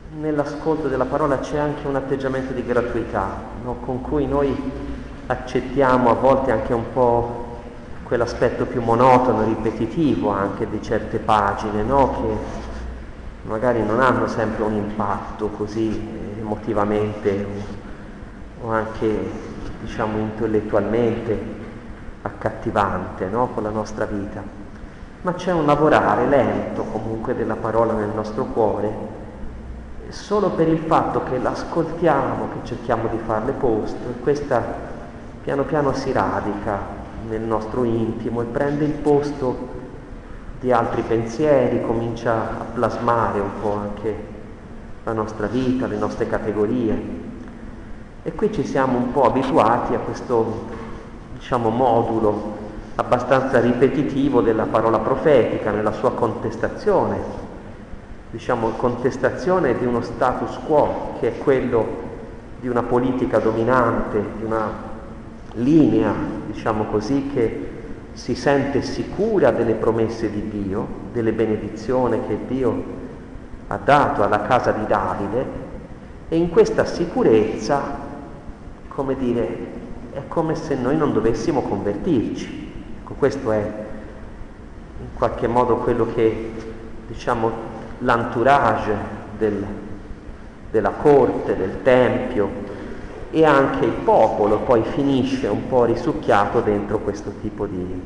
nell'ascolto della parola c'è anche un atteggiamento di gratuità, no? Con cui noi accettiamo a volte anche un po' quell'aspetto più monotono, ripetitivo anche di certe pagine, no? Che magari non hanno sempre un impatto così emotivamente o anche, diciamo, intellettualmente accattivante, no? Con la nostra vita. Ma c'è un lavorare lento comunque della parola nel nostro cuore, solo per il fatto che l'ascoltiamo, che cerchiamo di farle posto, e questa piano piano si radica nel nostro intimo e prende il posto di altri pensieri, comincia a plasmare un po' anche la nostra vita, le nostre categorie. E qui ci siamo un po' abituati a questo, diciamo, modulo abbastanza ripetitivo della parola profetica nella sua contestazione, diciamo contestazione di uno status quo che è quello di una politica dominante, di una linea, diciamo così, che si sente sicura delle promesse di Dio, delle benedizioni che Dio ha dato alla casa di Davide, e in questa sicurezza, come dire, è come se noi non dovessimo convertirci. Ecco, questo è in qualche modo quello che, diciamo, l'entourage della corte, del tempio e anche il popolo poi finisce un po' risucchiato dentro questo tipo di...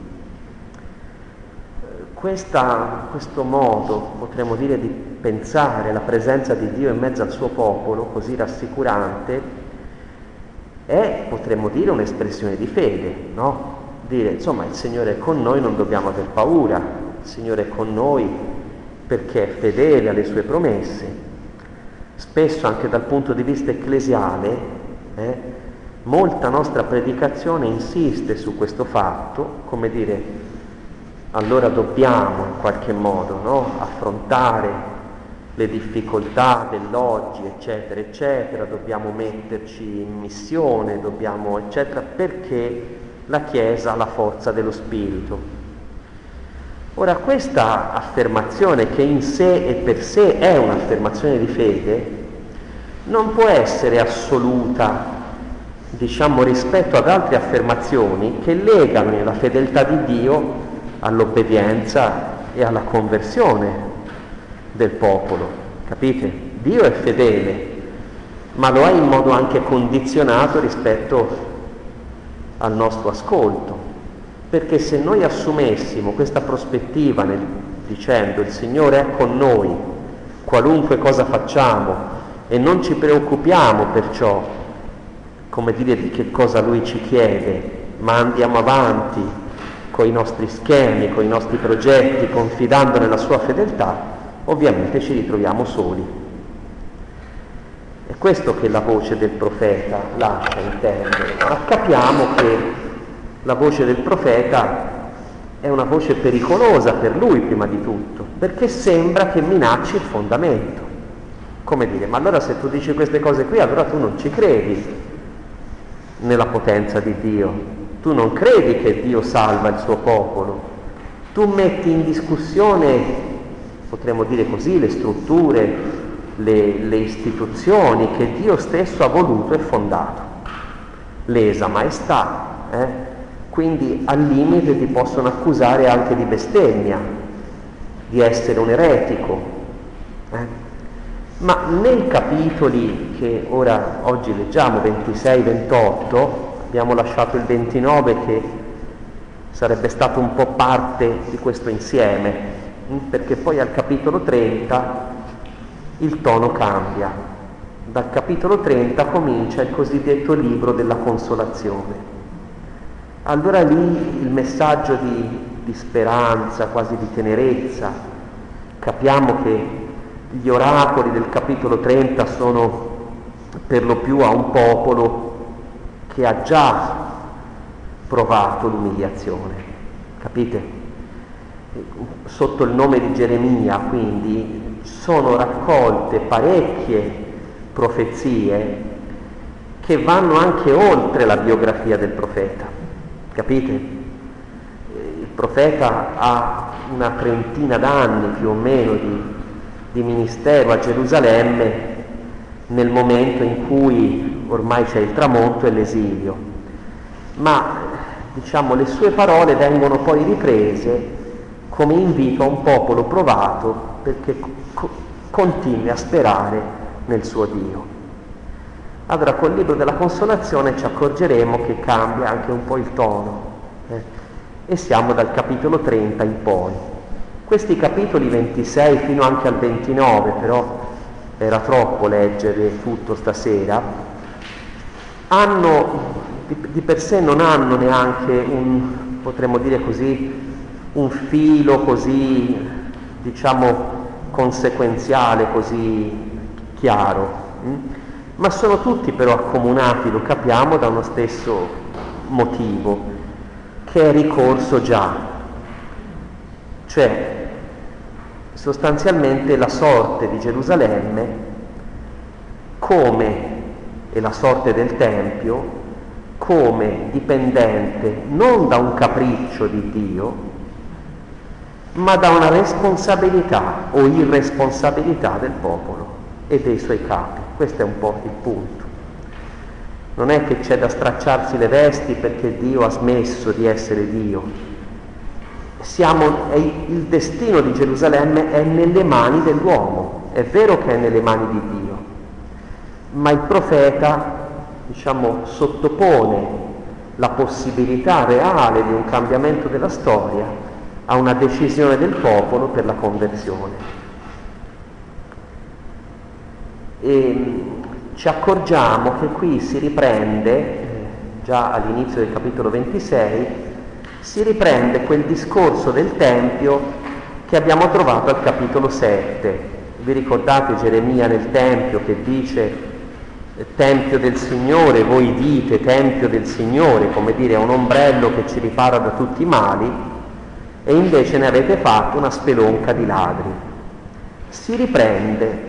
Questo modo, potremmo dire, di pensare la presenza di Dio in mezzo al suo popolo, così rassicurante, è, potremmo dire, un'espressione di fede, no? Dire, insomma, il Signore è con noi, non dobbiamo aver paura, il Signore è con noi perché è fedele alle sue promesse. Spesso anche dal punto di vista ecclesiale, molta nostra predicazione insiste su questo fatto, come dire, allora dobbiamo in qualche modo, no, affrontare le difficoltà dell'oggi, eccetera, eccetera, dobbiamo metterci in missione, dobbiamo, eccetera, perché la Chiesa ha la forza dello Spirito. Ora, questa affermazione, che in sé e per sé è un'affermazione di fede, non può essere assoluta, diciamo, rispetto ad altre affermazioni che legano la fedeltà di Dio all'obbedienza e alla conversione del popolo, capite? Dio è fedele, ma lo è in modo anche condizionato rispetto al nostro ascolto, perché se noi assumessimo questa prospettiva dicendo il Signore è con noi, qualunque cosa facciamo, e non ci preoccupiamo perciò, come dire, di che cosa Lui ci chiede, ma andiamo avanti con i nostri schemi, con i nostri progetti, confidando nella sua fedeltà, ovviamente ci ritroviamo soli. È questo che la voce del profeta lascia intendere. Ma capiamo che la voce del profeta è una voce pericolosa per lui prima di tutto, perché sembra che minacci il fondamento. Come dire, ma allora se tu dici queste cose qui, allora tu non ci credi nella potenza di Dio, tu non credi che Dio salva il suo popolo, tu metti in discussione, potremmo dire così, le strutture, le istituzioni che Dio stesso ha voluto e fondato, lesa maestà, quindi al limite ti possono accusare anche di bestemmia, di essere un eretico, Ma nei capitoli che oggi leggiamo, 26-28, abbiamo lasciato il 29 che sarebbe stato un po' parte di questo insieme, perché poi al capitolo 30 il tono cambia. Dal capitolo 30 comincia il cosiddetto libro della consolazione. Allora lì il messaggio di speranza, quasi di tenerezza, capiamo che gli oracoli del capitolo 30 sono per lo più a un popolo che ha già provato l'umiliazione, capite? Sotto il nome di Geremia, quindi, sono raccolte parecchie profezie che vanno anche oltre la biografia del profeta, capite? Il profeta ha una trentina d'anni più o meno di ministero a Gerusalemme nel momento in cui ormai c'è il tramonto e l'esilio, ma diciamo le sue parole vengono poi riprese come invito a un popolo provato perché continui a sperare nel suo Dio. Allora col libro della Consolazione ci accorgeremo che cambia anche un po' il tono, e siamo dal capitolo 30 in poi. Questi capitoli 26 fino anche al 29, però era troppo leggere tutto stasera, di per sé non hanno neanche potremmo dire così, un filo così, diciamo, conseguenziale, così chiaro, ma sono tutti però accomunati, lo capiamo, da uno stesso motivo, che è ricorso già, cioè sostanzialmente la sorte di Gerusalemme e la sorte del Tempio come dipendente non da un capriccio di Dio, ma da una responsabilità o irresponsabilità del popolo e dei suoi capi. Questo è un po' il punto. Non è che c'è da stracciarsi le vesti perché Dio ha smesso di essere Dio. Il destino di Gerusalemme è nelle mani dell'uomo, è vero che è nelle mani di Dio, ma il profeta, sottopone la possibilità reale di un cambiamento della storia a una decisione del popolo per la conversione. E ci accorgiamo che qui si riprende, già all'inizio del capitolo 26, si riprende quel discorso del Tempio che abbiamo trovato al capitolo 7. Vi ricordate Geremia nel Tempio che dice Tempio del Signore, voi dite Tempio del Signore, come dire, è un ombrello che ci ripara da tutti i mali, e invece ne avete fatto una spelonca di ladri. Si riprende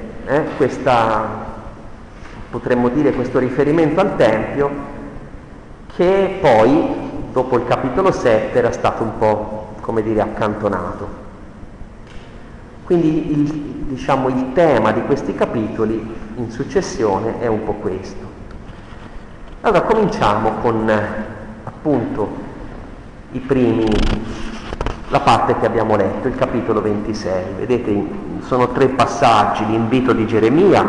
potremmo dire questo riferimento al Tempio, che poi dopo il capitolo 7 era stato un po', accantonato. Quindi il tema di questi capitoli in successione è un po' questo. Allora cominciamo con appunto la parte che abbiamo letto, il capitolo 26. Vedete, sono 3 passaggi: l'invio di Geremia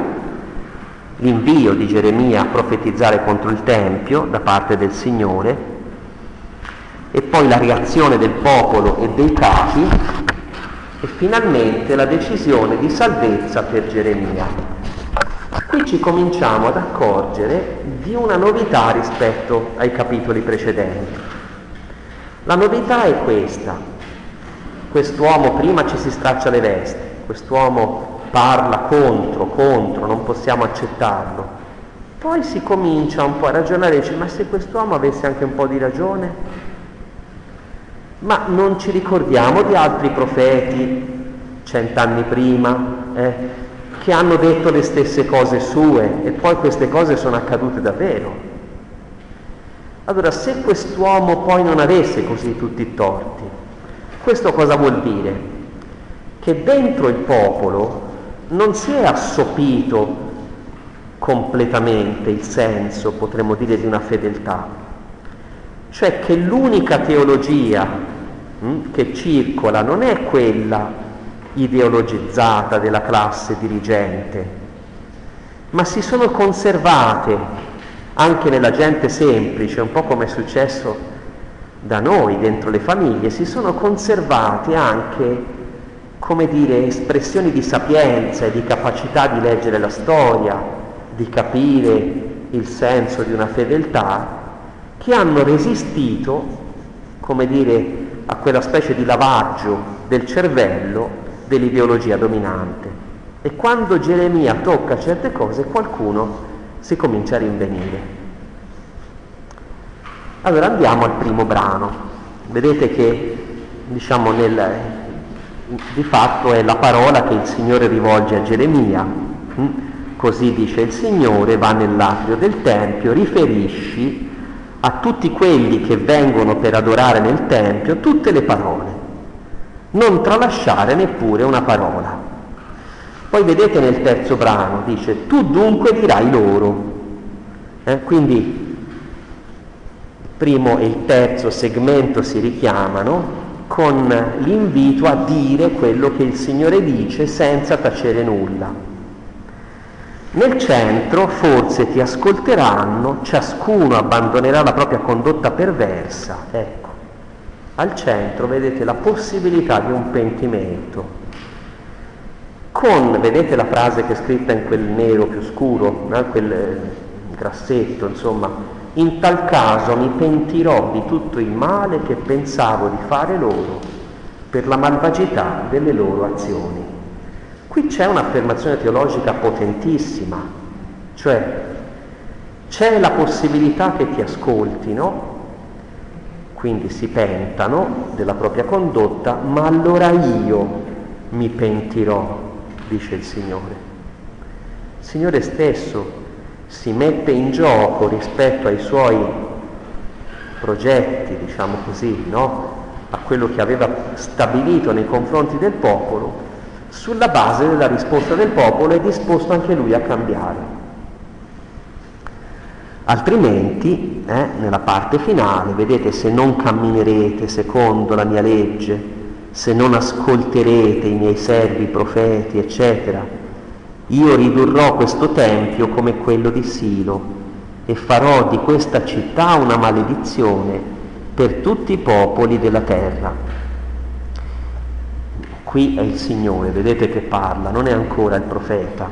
a profetizzare contro il Tempio da parte del Signore, e poi la reazione del popolo e dei capi, e finalmente la decisione di salvezza per Geremia. Qui ci cominciamo ad accorgere di una novità rispetto ai capitoli precedenti. La novità è questa: quest'uomo prima ci si straccia le vesti, quest'uomo parla contro, non possiamo accettarlo. Poi si comincia un po' a ragionare, dice: ma se quest'uomo avesse anche un po' di ragione? Ma non ci ricordiamo di altri profeti 100 anni prima che hanno detto le stesse cose sue e poi queste cose sono accadute davvero? Allora, se quest'uomo poi non avesse così tutti i torti, questo cosa vuol dire? Che dentro il popolo non si è assopito completamente il senso, potremmo dire, di una fedeltà. Cioè che l'unica teologia che circola non è quella ideologizzata della classe dirigente, ma si sono conservate anche nella gente semplice, un po' come è successo da noi dentro le famiglie, si sono conservate anche, espressioni di sapienza e di capacità di leggere la storia, di capire il senso di una fedeltà, che hanno resistito, a quella specie di lavaggio del cervello dell'ideologia dominante. E quando Geremia tocca certe cose, qualcuno si comincia a rinvenire. Allora andiamo al primo brano. Vedete che, di fatto è la parola che il Signore rivolge a Geremia. Così dice il Signore: va nell'atrio del Tempio, riferisci a tutti quelli che vengono per adorare nel Tempio tutte le parole, non tralasciare neppure una parola. Poi vedete nel terzo brano, dice, tu dunque dirai loro. Quindi il primo e il terzo segmento si richiamano con l'invito a dire quello che il Signore dice senza tacere nulla. Nel centro forse ti ascolteranno, ciascuno abbandonerà la propria condotta perversa. Ecco, al centro vedete la possibilità di un pentimento. Vedete la frase che è scritta in quel nero più scuro, quel grassetto, insomma, in tal caso mi pentirò di tutto il male che pensavo di fare loro per la malvagità delle loro azioni. Qui c'è un'affermazione teologica potentissima, cioè c'è la possibilità che ti ascoltino, quindi si pentano della propria condotta, ma allora io mi pentirò, dice il Signore. Il Signore stesso si mette in gioco rispetto ai suoi progetti, diciamo così, no? A quello che aveva stabilito nei confronti del popolo, sulla base della risposta del popolo è disposto anche lui a cambiare. Altrimenti, nella parte finale, vedete, se non camminerete secondo la mia legge, se non ascolterete i miei servi profeti, eccetera, io ridurrò questo tempio come quello di Silo e farò di questa città una maledizione per tutti i popoli della terra. Qui è il Signore, vedete che parla, non è ancora il profeta.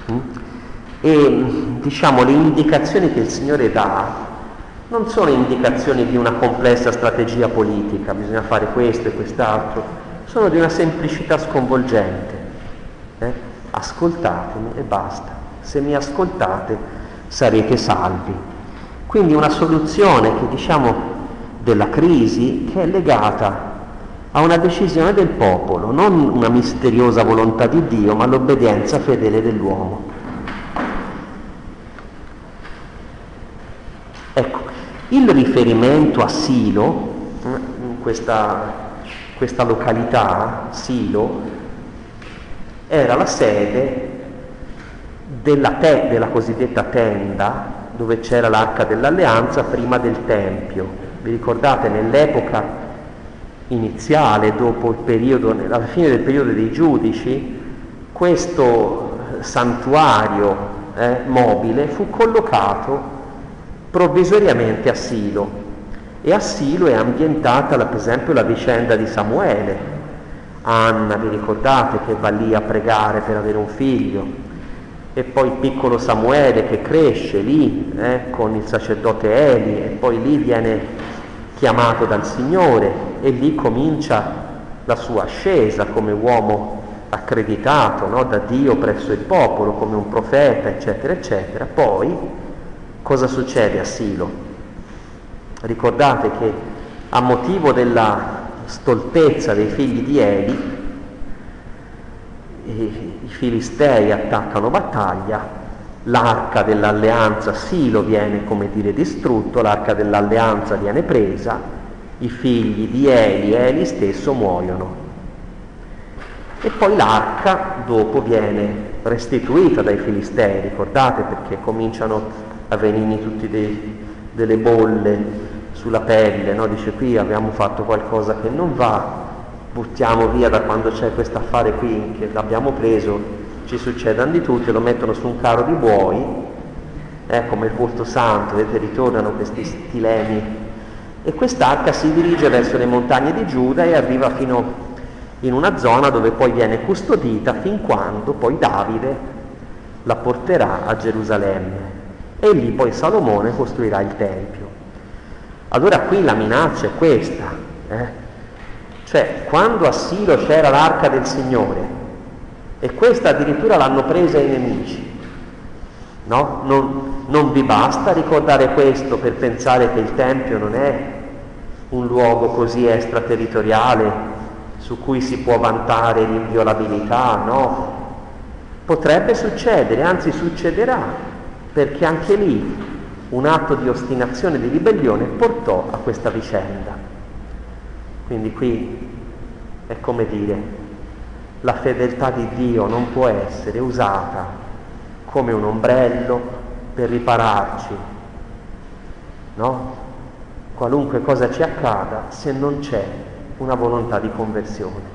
E diciamo le indicazioni che il Signore dà non sono indicazioni di una complessa strategia politica, bisogna fare questo e quest'altro, sono di una semplicità sconvolgente. Ascoltatemi e basta, se mi ascoltate sarete salvi. Quindi una soluzione che diciamo della crisi che è legata a una decisione del popolo, non una misteriosa volontà di Dio, ma l'obbedienza fedele dell'uomo. Ecco, il riferimento a Silo, in questa località, Silo, era la sede della cosiddetta tenda, dove c'era l'arca dell'alleanza prima del Tempio. Vi ricordate, nell'epoca iniziale, dopo il periodo, alla fine del periodo dei giudici, questo santuario mobile fu collocato provvisoriamente a Silo, e a Silo è ambientata per esempio la vicenda di Samuele. Anna, vi ricordate, che va lì a pregare per avere un figlio, e poi il piccolo Samuele che cresce lì con il sacerdote Eli, e poi lì viene chiamato dal Signore e lì comincia la sua ascesa come uomo accreditato, no, da Dio presso il popolo, come un profeta, eccetera, eccetera. Poi cosa succede a Silo? Ricordate che a motivo della stoltezza dei figli di Eli, i Filistei attaccano battaglia, l'arca dell'alleanza Silo viene, come dire, distrutto, l'arca dell'alleanza viene presa, i figli di Eli stesso muoiono, e poi l'arca dopo viene restituita dai Filistei, ricordate, perché cominciano a venirgli tutti delle bolle sulla pelle, no? Dice, qui abbiamo fatto qualcosa che non va, buttiamo via, da quando c'è questo affare qui che l'abbiamo preso, ci succedano di tutto, e lo mettono su un carro di buoi, come il volto santo, vedete, ritornano questi stilemi, e quest'arca si dirige verso le montagne di Giuda e arriva fino in una zona dove poi viene custodita fin quando poi Davide la porterà a Gerusalemme, e lì poi Salomone costruirà il Tempio. Allora qui la minaccia è questa, cioè quando a Silo c'era l'arca del Signore, e questa addirittura l'hanno presa i nemici, no? Non vi basta ricordare questo per pensare che il Tempio non è un luogo così extraterritoriale su cui si può vantare l'inviolabilità, no? Potrebbe succedere, anzi succederà, perché anche lì un atto di ostinazione e di ribellione portò a questa vicenda. Quindi qui è come dire, la fedeltà di Dio non può essere usata come un ombrello per ripararci, no? Qualunque cosa ci accada, se non c'è una volontà di conversione.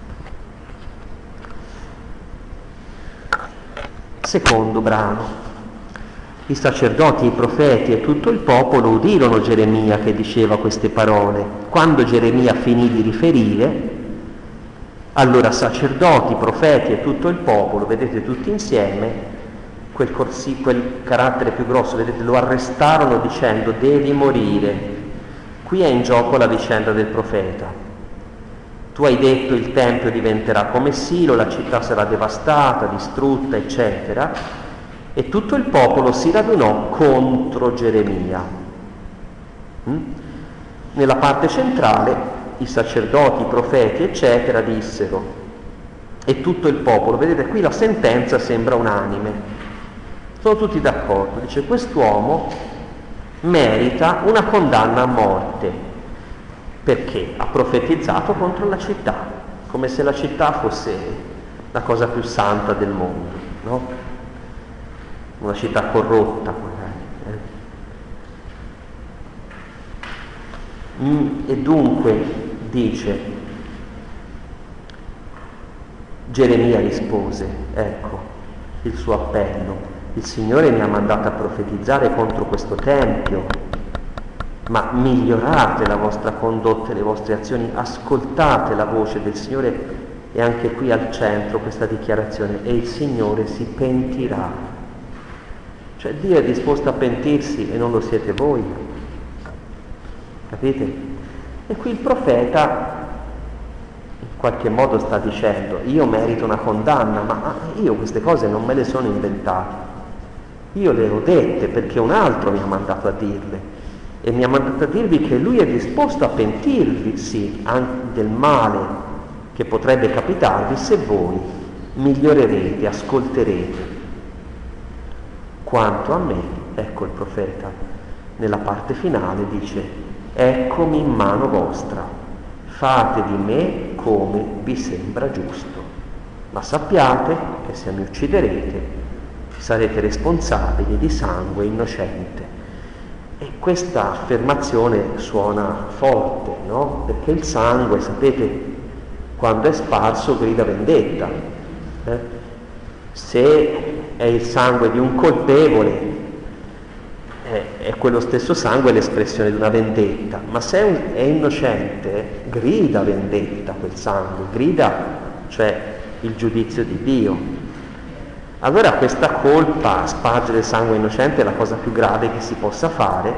Secondo brano. I sacerdoti, i profeti e tutto il popolo udirono Geremia che diceva queste parole. Quando Geremia finì di riferire, allora sacerdoti, profeti e tutto il popolo, vedete tutti insieme, quel carattere più grosso, vedete, lo arrestarono dicendo: devi morire. Qui è in gioco la vicenda del profeta. Tu hai detto il tempio diventerà come Silo, la città sarà devastata, distrutta, eccetera. E tutto il popolo si radunò contro Geremia. Nella parte centrale i sacerdoti, i profeti, eccetera, dissero, e tutto il popolo, vedete qui la sentenza sembra unanime, sono tutti d'accordo, dice: quest'uomo merita una condanna a morte, perché ha profetizzato contro la città, come se la città fosse la cosa più santa del mondo, no? Una città corrotta magari. E dunque dice, Geremia rispose, ecco il suo appello: il Signore mi ha mandato a profetizzare contro questo tempio, ma migliorate la vostra condotta e le vostre azioni, ascoltate la voce del Signore. E anche qui al centro questa dichiarazione: e il Signore si pentirà. Cioè Dio è disposto a pentirsi e non lo siete voi, capite? E qui il profeta in qualche modo sta dicendo: io merito una condanna, ma io queste cose non me le sono inventate, io le ho dette perché un altro mi ha mandato a dirle, e mi ha mandato a dirvi che lui è disposto a pentirvi, sì, anche del male che potrebbe capitarvi se voi migliorerete, ascolterete. Quanto a me, ecco il profeta nella parte finale dice: eccomi in mano vostra, fate di me come vi sembra giusto, ma sappiate che se mi ucciderete sarete responsabili di sangue innocente. E questa affermazione suona forte, no? Perché il sangue, sapete, quando è sparso grida vendetta. Se è il sangue di un colpevole, è quello stesso sangue l'espressione di una vendetta, ma se è innocente, grida vendetta quel sangue, grida cioè il giudizio di Dio. Allora questa colpa, spargere sangue innocente, è la cosa più grave che si possa fare.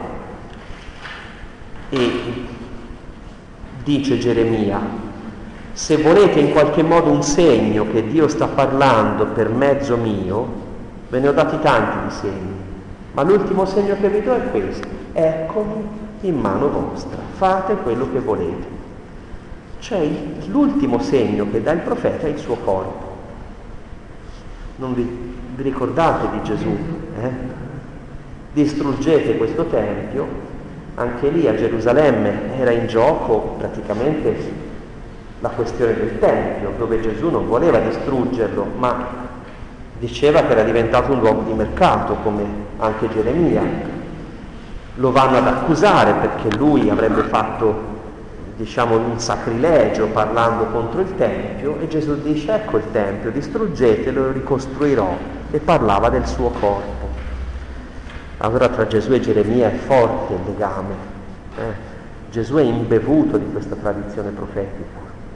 E dice Geremia: se volete in qualche modo un segno che Dio sta parlando per mezzo mio, ve ne ho dati tanti di segni, ma l'ultimo segno che vi do è questo: eccomi in mano vostra, fate quello che volete. Cioè l'ultimo segno che dà il profeta è il suo corpo. Non vi ricordate di Gesù? Distruggete questo tempio. Anche lì a Gerusalemme era in gioco praticamente la questione del tempio, dove Gesù non voleva distruggerlo, ma diceva che era diventato un luogo di mercato, come anche Geremia. Lo vanno ad accusare perché lui avrebbe fatto, diciamo, un sacrilegio parlando contro il tempio, e Gesù dice: ecco il tempio, distruggetelo, lo ricostruirò, e parlava del suo corpo. Allora tra Gesù e Geremia è forte il legame. Gesù è imbevuto di questa tradizione profetica.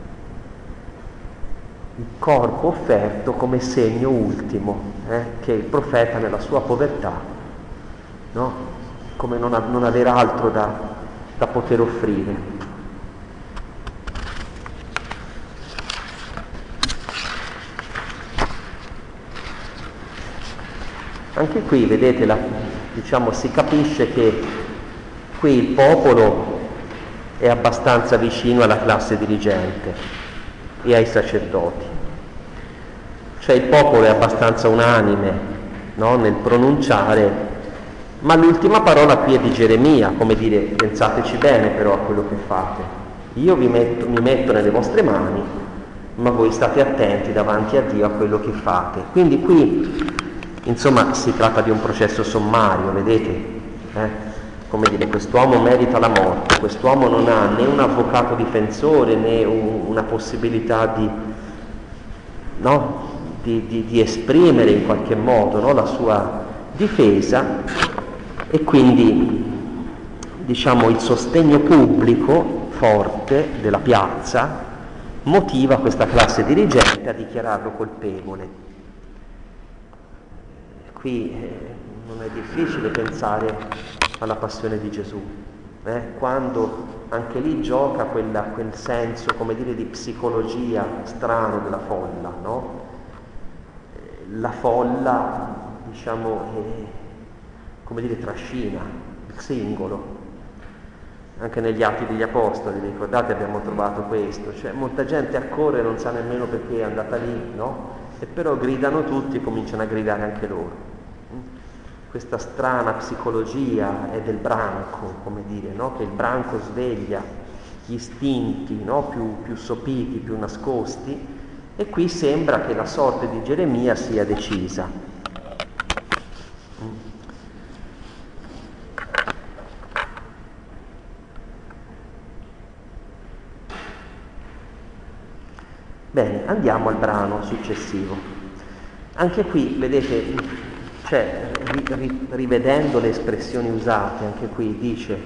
Il corpo offerto come segno ultimo, che il profeta nella sua povertà, no? Come non avere altro da poter offrire. Anche qui vedete, diciamo, si capisce che qui il popolo è abbastanza vicino alla classe dirigente e ai sacerdoti. Cioè il popolo è abbastanza unanime, no? Nel pronunciare, ma l'ultima parola qui è di Geremia, come dire: pensateci bene però a quello che fate. Io mi metto nelle vostre mani ma voi state attenti davanti a Dio a quello che fate. Quindi qui, insomma, si tratta di un processo sommario, vedete? Come dire, quest'uomo merita la morte, quest'uomo non ha né un avvocato difensore né una possibilità di esprimere in qualche modo, no, la sua difesa, e quindi, diciamo, il sostegno pubblico forte della piazza motiva questa classe dirigente a dichiararlo colpevole. Qui non è difficile pensare alla passione di Gesù, quando anche lì gioca quel senso, come dire, di psicologia strano della folla, no? La folla, diciamo, come dire, trascina il singolo. Anche negli Atti degli Apostoli, vi ricordate, abbiamo trovato questo, cioè molta gente accorre e non sa nemmeno perché è andata lì, no? E però gridano tutti e cominciano a gridare anche loro. Questa strana psicologia è del branco, come dire, no? Che il branco sveglia gli istinti, no? più sopiti, più nascosti, e qui sembra che la sorte di Geremia sia decisa. Bene, andiamo al brano successivo. Anche qui, vedete, cioè, rivedendo le espressioni usate, anche qui dice: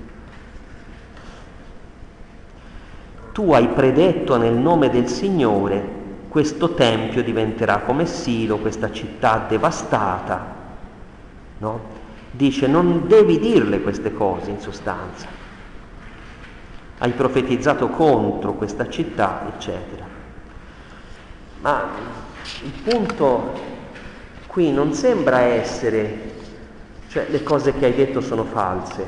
tu hai predetto nel nome del Signore, questo tempio diventerà come Silo, questa città devastata, no? Dice, non devi dirle queste cose in sostanza. Hai profetizzato contro questa città, eccetera. Ma il punto qui non sembra essere, cioè, le cose che hai detto sono false.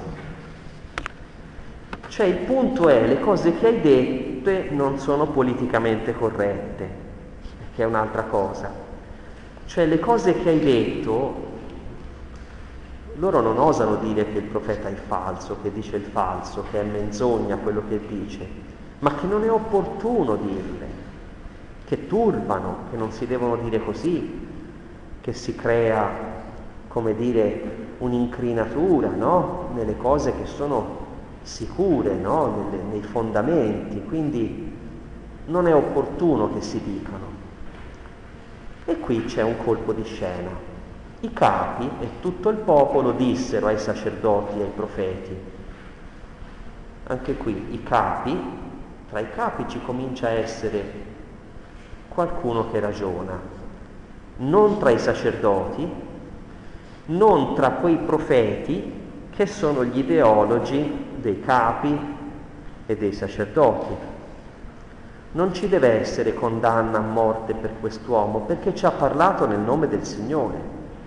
Cioè, il punto è, le cose che hai dette non sono politicamente corrette, che è un'altra cosa. Cioè, le cose che hai detto, loro non osano dire che il profeta è falso, che dice il falso, che è menzogna quello che dice, ma che non è opportuno dirle, che turbano, che non si devono dire così, che si crea, come dire, un'incrinatura, no? Nelle cose che sono sicure, no? Nei fondamenti, quindi non è opportuno che si dicano. E qui c'è un colpo di scena. I capi e tutto il popolo dissero ai sacerdoti e ai profeti. Anche qui i capi, tra i capi ci comincia a essere qualcuno che ragiona, non tra i sacerdoti, non tra quei profeti che sono gli ideologi dei capi e dei sacerdoti. Non ci deve essere condanna a morte per quest'uomo, perché ci ha parlato nel nome del Signore.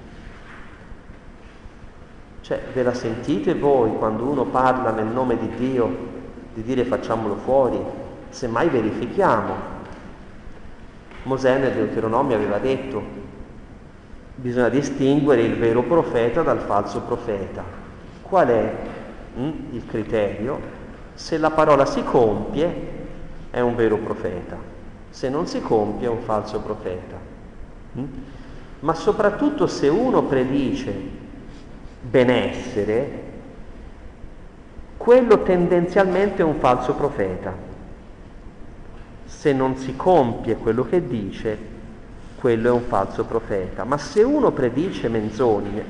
Cioè, ve la sentite voi quando uno parla nel nome di Dio, di dire facciamolo fuori? Semmai verifichiamo. Mosè nel Deuteronomio aveva detto: bisogna distinguere il vero profeta dal falso profeta. Qual è il criterio? Se la parola si compie è un vero profeta, se non si compie è un falso profeta. Ma soprattutto se uno predice benessere, quello tendenzialmente è un falso profeta. Se non si compie quello che dice, quello è un falso profeta. Ma se uno predice menzogne,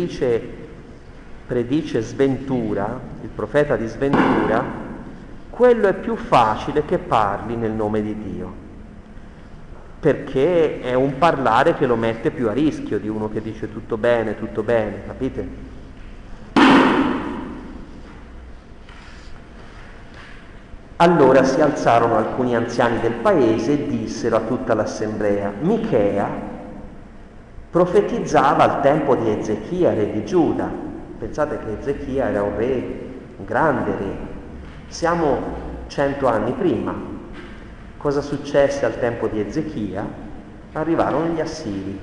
predice sventura, il profeta di sventura, quello è più facile che parli nel nome di Dio, perché è un parlare che lo mette più a rischio di uno che dice tutto bene, capite? Allora si alzarono alcuni anziani del paese e dissero a tutta l'assemblea: Michea profetizzava al tempo di Ezechia, re di Giuda. Pensate che Ezechia era un re, un grande re. Siamo 100 anni prima. Cosa successe al tempo di Ezechia? Arrivarono gli Assiri.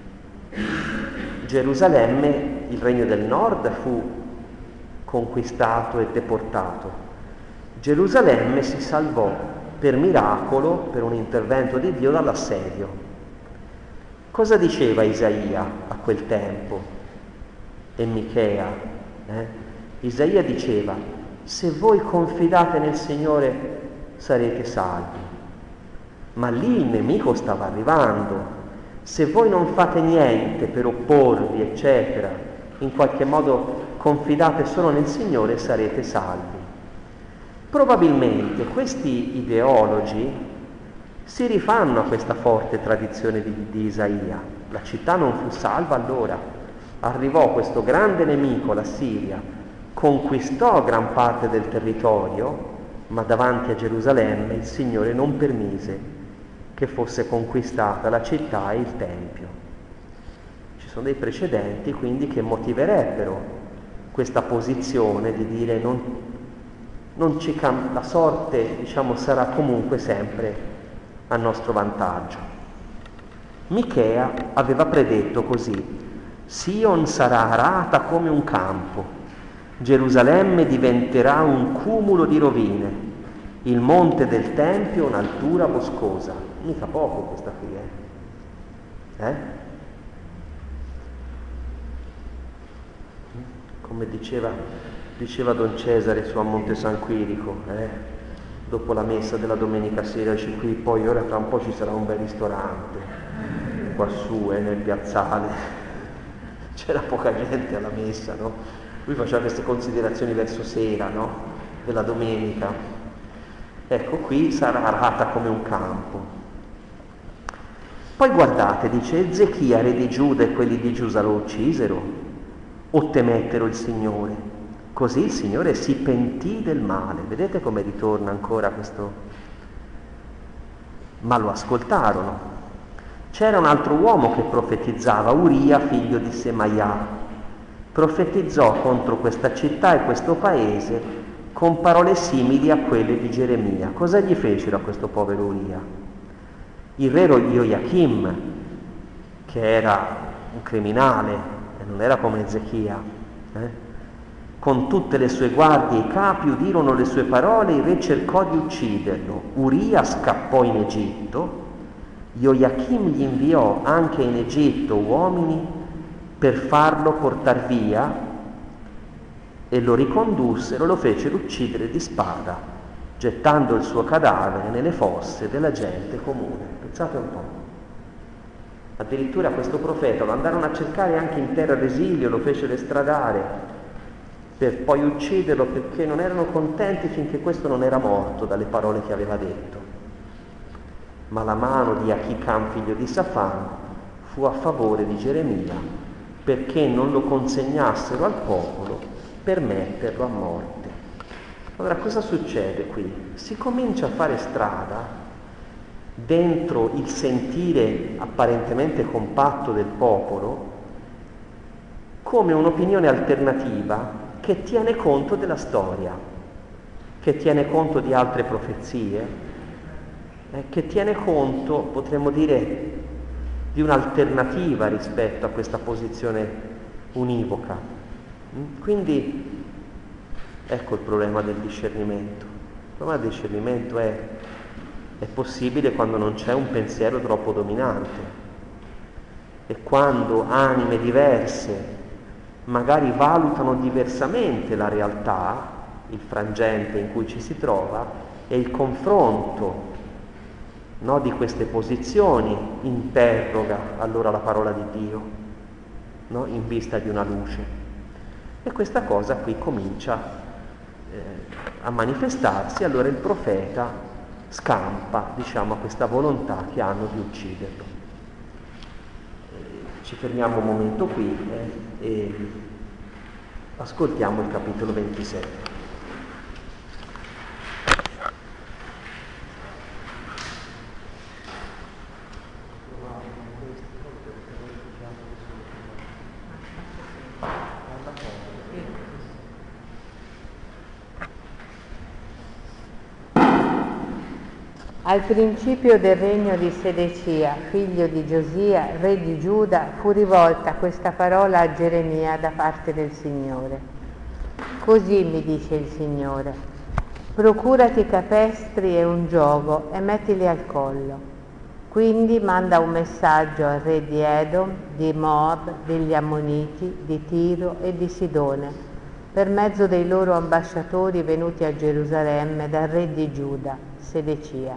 Gerusalemme, il regno del nord, fu conquistato e deportato. Gerusalemme si salvò per miracolo, per un intervento di Dio, dall'assedio. Cosa diceva Isaia a quel tempo? E Michea? Isaia diceva: se voi confidate nel Signore sarete salvi. Ma lì il nemico stava arrivando. Se voi non fate niente per opporvi, eccetera, in qualche modo confidate solo nel Signore, sarete salvi. Probabilmente questi ideologi si rifanno a questa forte tradizione di Isaia. La città non fu salva allora. Arrivò questo grande nemico, la Siria, conquistò gran parte del territorio, ma davanti a Gerusalemme il Signore non permise che fosse conquistata la città e il Tempio. Ci sono dei precedenti quindi che motiverebbero questa posizione di dire la sorte, diciamo, sarà comunque sempre a nostro vantaggio. Michea aveva predetto così: Sion sarà arata come un campo, Gerusalemme diventerà un cumulo di rovine, il monte del Tempio un'altura boscosa. Mica poco questa qui, Come diceva Don Cesare su a Monte San Quirico, dopo la messa della domenica sera, dice: qui poi ora tra un po' ci sarà un bel ristorante, quassù, nel piazzale. C'era poca gente alla messa, no? Lui faceva queste considerazioni verso sera, no? Della domenica. Ecco, qui sarà arata come un campo. Poi guardate, dice: Ezechia, re di Giuda, e quelli di Giusa lo uccisero o temettero il Signore? Così il Signore si pentì del male. Vedete come ritorna ancora questo? Ma lo ascoltarono. C'era un altro uomo che profetizzava, Uria, figlio di Semaiah. Profetizzò contro questa città e questo paese con parole simili a quelle di Geremia. Cosa gli fecero a questo povero Uria? Il re Joachim, che era un criminale e non era come Ezechia, con tutte le sue guardie e i capi udirono le sue parole, il re cercò di ucciderlo. Uria scappò in Egitto, Joachim gli inviò anche in Egitto uomini per farlo portar via e lo ricondussero, lo fecero uccidere di spada, gettando il suo cadavere nelle fosse della gente comune. Pensate un po'. Addirittura questo profeta lo andarono a cercare anche in terra d'esilio, lo fecero estradare per poi ucciderlo, perché non erano contenti finché questo non era morto dalle parole che aveva detto. Ma la mano di Achicam, figlio di Safan, fu a favore di Geremia perché non lo consegnassero al popolo per metterlo a morte. Allora cosa succede qui? Si comincia a fare strada dentro il sentire apparentemente compatto del popolo come un'opinione alternativa che tiene conto della storia, che tiene conto di altre profezie, che tiene conto, potremmo dire, di un'alternativa rispetto a questa posizione univoca. Quindi ecco il problema del discernimento. Il problema del discernimento è possibile quando non c'è un pensiero troppo dominante e quando anime diverse magari valutano diversamente la realtà, il frangente in cui ci si trova, e il confronto, no, di queste posizioni interroga allora la parola di Dio, no, in vista di una luce. E questa cosa qui comincia a manifestarsi, allora il profeta scampa, diciamo, a questa volontà che hanno di ucciderlo. Ci fermiamo un momento qui e ascoltiamo il capitolo 27. Al principio del regno di Sedecia, figlio di Giosia, re di Giuda, fu rivolta questa parola a Geremia da parte del Signore. Così mi dice il Signore: procurati capestri e un giogo e mettili al collo. Quindi manda un messaggio al re di Edom, di Moab, degli Ammoniti, di Tiro e di Sidone, per mezzo dei loro ambasciatori venuti a Gerusalemme dal re di Giuda, Sedecia.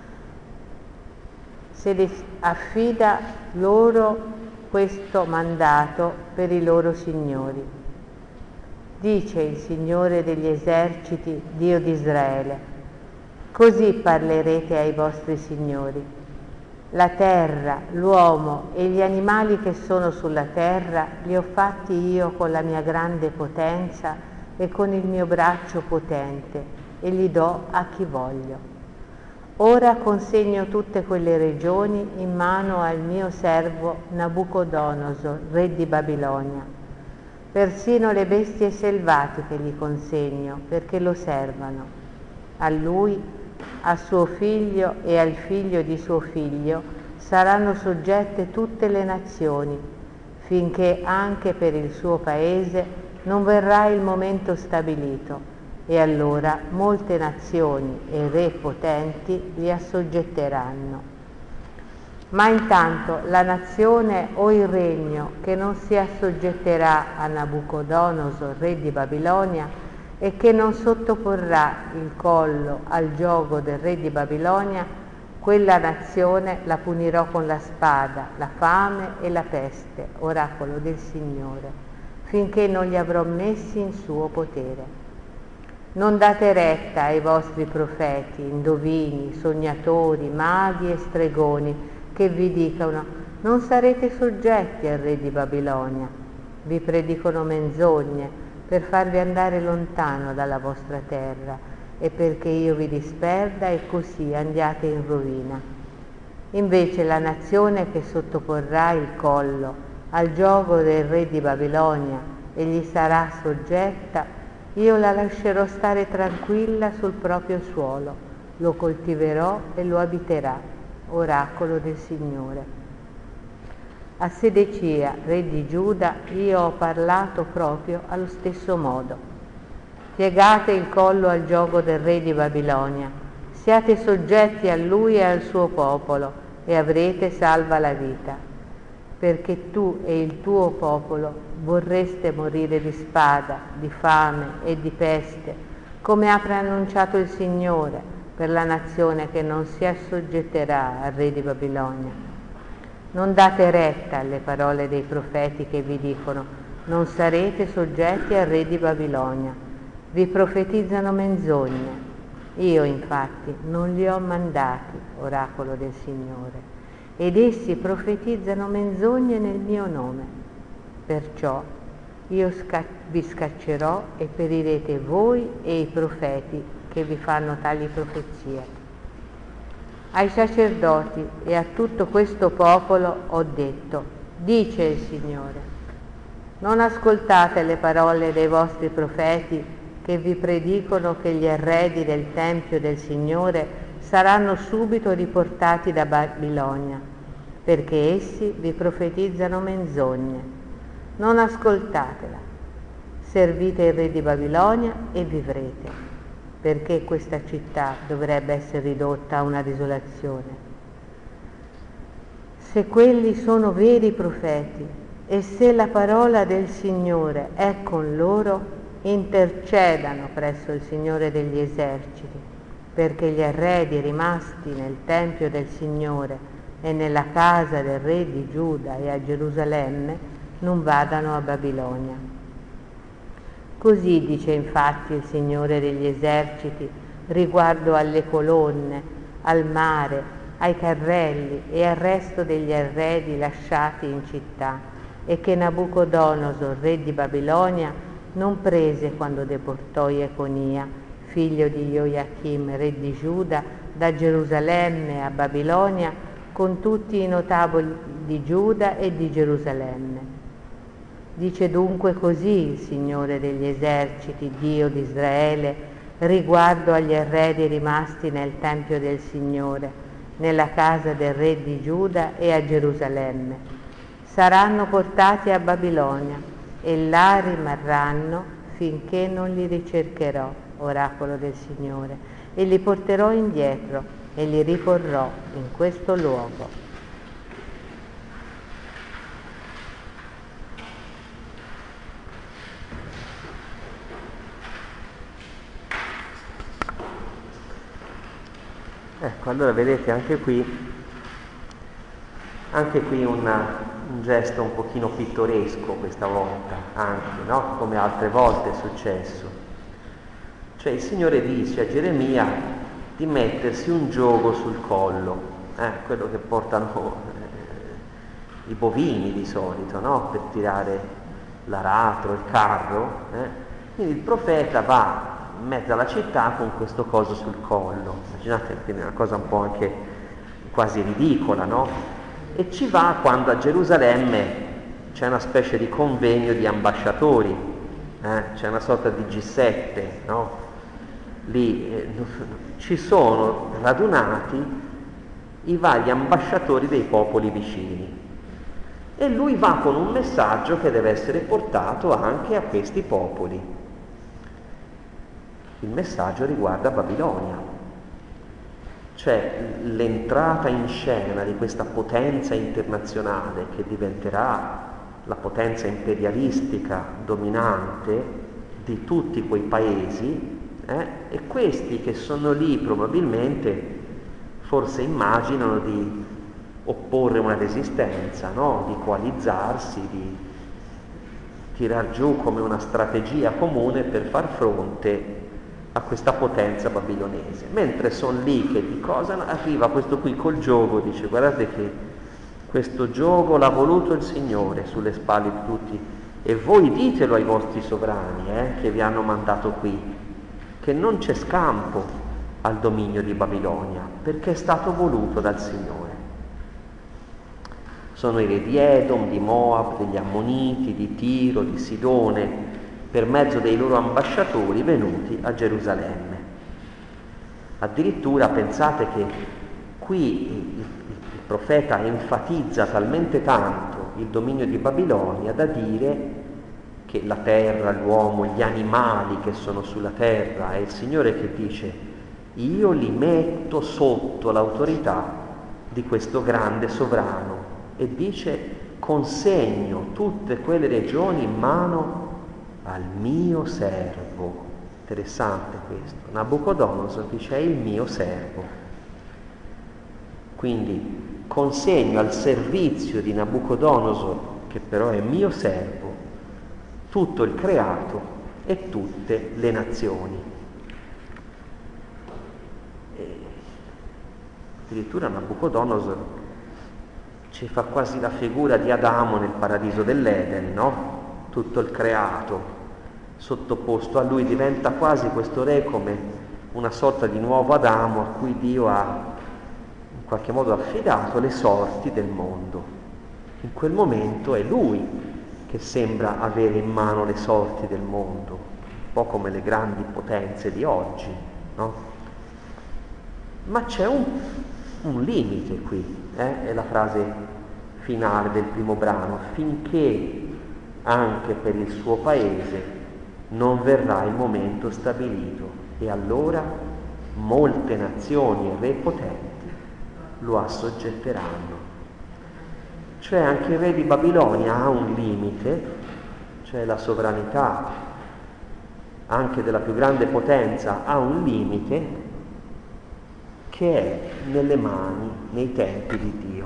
Affida loro questo mandato per i loro signori. Dice il Signore degli eserciti, Dio di Israele: così parlerete ai vostri signori. La terra, l'uomo e gli animali che sono sulla terra li ho fatti io con la mia grande potenza e con il mio braccio potente, e li do a chi voglio. Ora consegno tutte quelle regioni in mano al mio servo Nabucodonosor, re di Babilonia. Persino le bestie selvatiche gli consegno perché lo servano. A lui, a suo figlio e al figlio di suo figlio saranno soggette tutte le nazioni, finché anche per il suo paese non verrà il momento stabilito, e allora molte nazioni e re potenti li assoggetteranno. Ma intanto la nazione o il regno che non si assoggetterà a Nabucodonosor, re di Babilonia, e che non sottoporrà il collo al giogo del re di Babilonia, quella nazione la punirò con la spada, la fame e la peste, oracolo del Signore, finché non li avrò messi in suo potere. Non date retta ai vostri profeti, indovini, sognatori, maghi e stregoni, che vi dicono: non sarete soggetti al re di Babilonia. Vi predicono menzogne per farvi andare lontano dalla vostra terra e perché io vi disperda e così andiate in rovina. Invece la nazione che sottoporrà il collo al giogo del re di Babilonia e gli sarà soggetta, io la lascerò stare tranquilla sul proprio suolo, lo coltiverò e lo abiterà, oracolo del Signore. A Sedecia, re di Giuda, io ho parlato proprio allo stesso modo. Piegate il collo al giogo del re di Babilonia, siate soggetti a lui e al suo popolo, e avrete salva la vita, perché tu e il tuo popolo vorreste morire di spada, di fame e di peste, come ha preannunciato il Signore per la nazione che non si assoggetterà al re di Babilonia. Non date retta alle parole dei profeti che vi dicono: non sarete soggetti al re di Babilonia. Vi profetizzano menzogne. Io infatti non li ho mandati, oracolo del Signore, ed essi profetizzano menzogne nel mio nome. Perciò io vi scaccerò e perirete voi e i profeti che vi fanno tali profezie. Ai sacerdoti e a tutto questo popolo ho detto: dice il Signore, non ascoltate le parole dei vostri profeti che vi predicono che gli arredi del Tempio del Signore saranno subito riportati da Babilonia, perché essi vi profetizzano menzogne. Non ascoltatela. Servite il re di Babilonia e vivrete. Perché questa città dovrebbe essere ridotta a una desolazione? Se quelli sono veri profeti e se la parola del Signore è con loro, intercedano presso il Signore degli eserciti, perché gli arredi rimasti nel Tempio del Signore e nella casa del re di Giuda e a Gerusalemme non vadano a Babilonia. Così dice infatti il Signore degli eserciti riguardo alle colonne, al mare, ai carrelli e al resto degli arredi lasciati in città, e che Nabucodonosor, re di Babilonia, non prese quando deportò Jeconia, figlio di Joachim, re di Giuda, da Gerusalemme a Babilonia, con tutti i notabili di Giuda e di Gerusalemme. Dice dunque così il Signore degli eserciti, Dio di Israele, riguardo agli arredi rimasti nel Tempio del Signore, nella casa del re di Giuda e a Gerusalemme. Saranno portati a Babilonia e là rimarranno finché non li ricercherò oracolo del Signore, e li porterò indietro e li riporrò in questo luogo. Ecco, allora vedete anche qui un gesto un pochino pittoresco questa volta, anche, no? Come altre volte è successo. Cioè il Signore dice a Geremia di mettersi un giogo sul collo, quello che portano i bovini di solito, no? Per tirare l'aratro, il carro. Quindi il profeta va in mezzo alla città con questo coso sul collo. Immaginate, quindi è una cosa un po' anche quasi ridicola, no? E ci va quando a Gerusalemme c'è una specie di convegno di ambasciatori, c'è una sorta di G7, no? Lì ci sono radunati i vari ambasciatori dei popoli vicini e lui va con un messaggio che deve essere portato anche a questi popoli. Il messaggio riguarda Babilonia, cioè l'entrata in scena di questa potenza internazionale che diventerà la potenza imperialistica dominante di tutti quei paesi, e questi che sono lì probabilmente forse immaginano di opporre una resistenza, no? Di coalizzarsi, di tirar giù come una strategia comune per far fronte a questa potenza babilonese. Mentre sono lì che di cosa arriva questo qui col giogo, dice guardate che questo giogo l'ha voluto il Signore sulle spalle di tutti e voi ditelo ai vostri sovrani che vi hanno mandato qui, che non c'è scampo al dominio di Babilonia, perché è stato voluto dal Signore. Sono i re di Edom, di Moab, degli Ammoniti, di Tiro, di Sidone, per mezzo dei loro ambasciatori venuti a Gerusalemme. Addirittura pensate che qui il profeta enfatizza talmente tanto il dominio di Babilonia da dire che la terra, l'uomo, gli animali che sono sulla terra, è il Signore che dice io li metto sotto l'autorità di questo grande sovrano e dice consegno tutte quelle regioni in mano al mio servo. Interessante questo. Nabucodonosor dice è il mio servo. Quindi consegno al servizio di Nabucodonosor, che però è mio servo, tutto il creato e tutte le nazioni. E addirittura Nabucodonosor ci fa quasi la figura di Adamo nel paradiso dell'Eden, no? Tutto il creato sottoposto a lui, diventa quasi questo re come una sorta di nuovo Adamo a cui Dio ha in qualche modo affidato le sorti del mondo. In quel momento è lui che sembra avere in mano le sorti del mondo, un po' come le grandi potenze di oggi, no? Ma c'è un limite qui, è la frase finale del primo brano, finché anche per il suo paese non verrà il momento stabilito e allora molte nazioni e re potenti lo assoggetteranno. Cioè anche il re di Babilonia ha un limite, cioè la sovranità anche della più grande potenza ha un limite che è nelle mani, nei tempi di Dio.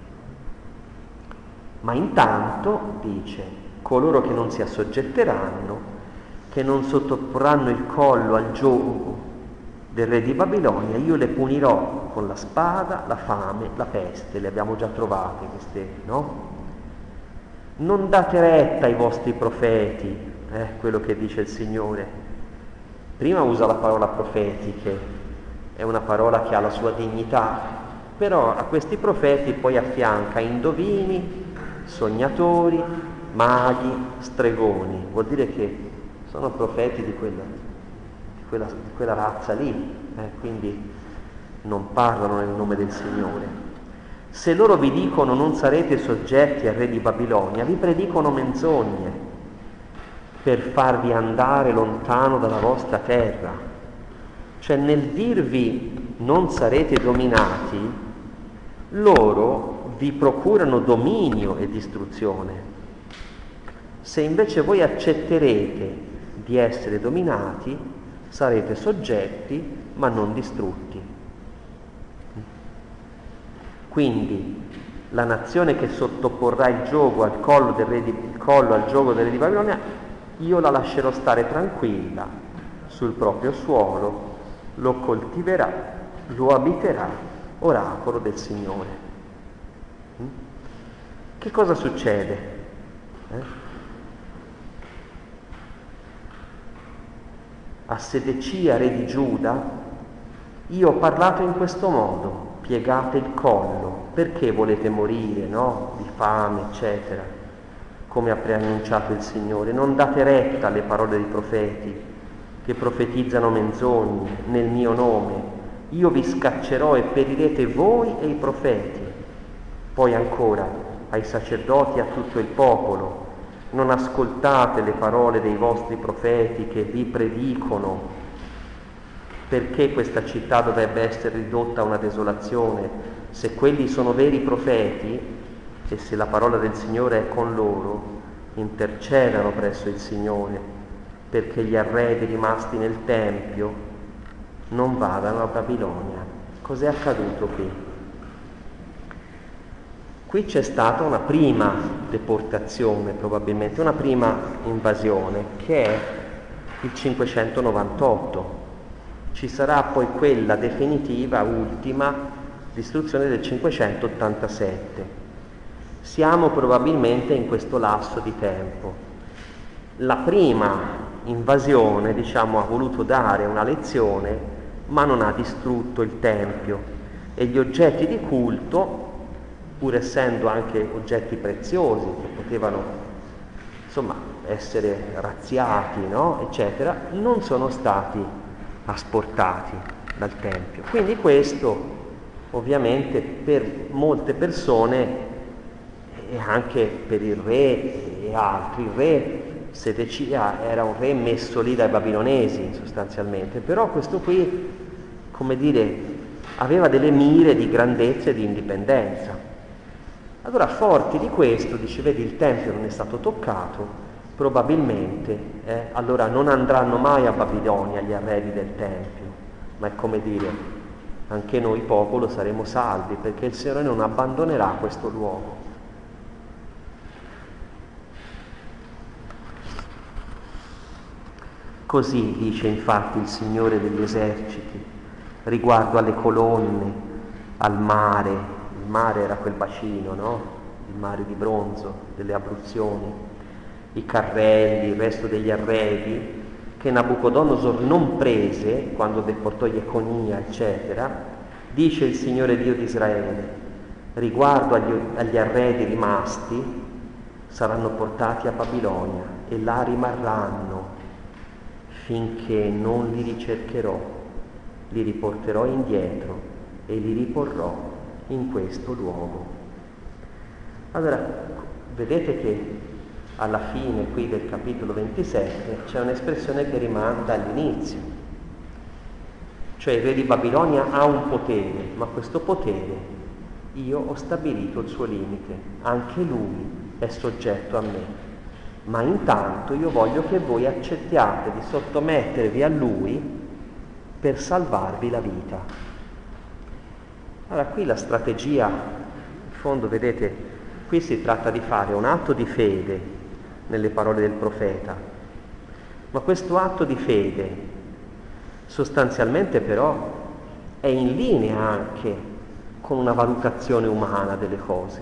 Ma intanto, dice, coloro che non si assoggetteranno, che non sottoporranno il collo al giogo del re di Babilonia, io le punirò con la spada, la fame, la peste. Le abbiamo già trovate queste, no? Non date retta ai vostri profeti, quello che dice il Signore. Prima usa la parola profeti, che è una parola che ha la sua dignità, però a questi profeti poi affianca indovini, sognatori, maghi, stregoni. Vuol dire che sono profeti di quella razza lì, quindi non parlano nel nome del Signore. Se loro vi dicono non sarete soggetti al re di Babilonia, vi predicono menzogne. per farvi andare lontano dalla vostra terra. Cioè nel dirvi non sarete dominati, loro vi procurano dominio e distruzione. Se invece voi accetterete di essere dominati, sarete soggetti ma non distrutti. Quindi la nazione che sottoporrà il giogo al collo al giogo del re di Babilonia, io la lascerò stare tranquilla sul proprio suolo, lo coltiverà, lo abiterà, oracolo del Signore. Che cosa succede? A Sedecia, re di Giuda, io ho parlato in questo modo: piegate il collo, perché volete morire, no? Di fame, eccetera, come ha preannunciato il Signore. Non date retta alle parole dei profeti che profetizzano menzogne nel mio nome. Io vi scaccerò e perirete voi e i profeti. Poi ancora ai sacerdoti e a tutto il popolo: non ascoltate le parole dei vostri profeti che vi predicono perché questa città dovrebbe essere ridotta a una desolazione. Se quelli sono veri profeti e se la parola del Signore è con loro, intercedano presso il Signore perché gli arredi rimasti nel Tempio non vadano a Babilonia. Cos'è accaduto qui? Qui c'è stata una prima deportazione, probabilmente, una prima invasione, che è il 598. Ci sarà poi quella definitiva, ultima, distruzione del 587. Siamo probabilmente in questo lasso di tempo. La prima invasione, diciamo, ha voluto dare una lezione, ma non ha distrutto il Tempio. E gli oggetti di culto, pur essendo anche oggetti preziosi, che potevano, insomma, essere razziati, no? Eccetera, non sono stati asportati dal Tempio. Quindi questo ovviamente per molte persone e anche per il re e altri, il re Sedecia era un re messo lì dai babilonesi sostanzialmente, però questo qui, come dire, aveva delle mire di grandezza e di indipendenza. Allora, forti di questo, dice: vedi, il Tempio non è stato toccato, probabilmente allora non andranno mai a Babilonia gli arredi del Tempio, ma è come dire: anche noi popolo saremo salvi, perché il Signore non abbandonerà questo luogo. Così dice infatti il Signore degli eserciti riguardo alle colonne, al mare. Il mare era quel bacino, no? Il mare di bronzo delle abluzioni, i carrelli, il resto degli arredi che Nabucodonosor non prese quando deportò Jeconia, eccetera. Dice il Signore Dio di Israele: riguardo agli arredi rimasti, saranno portati a Babilonia e là rimarranno finché non li ricercherò, li riporterò indietro e li riporrò in questo luogo. Allora, vedete che alla fine qui del capitolo 27 c'è un'espressione che rimanda all'inizio, cioè il re di Babilonia ha un potere, ma questo potere io ho stabilito il suo limite, anche lui è soggetto a me, ma intanto io voglio che voi accettiate di sottomettervi a lui per salvarvi la vita. Allora qui la strategia, in fondo vedete, qui si tratta di fare un atto di fede nelle parole del profeta, ma questo atto di fede sostanzialmente però è in linea anche con una valutazione umana delle cose,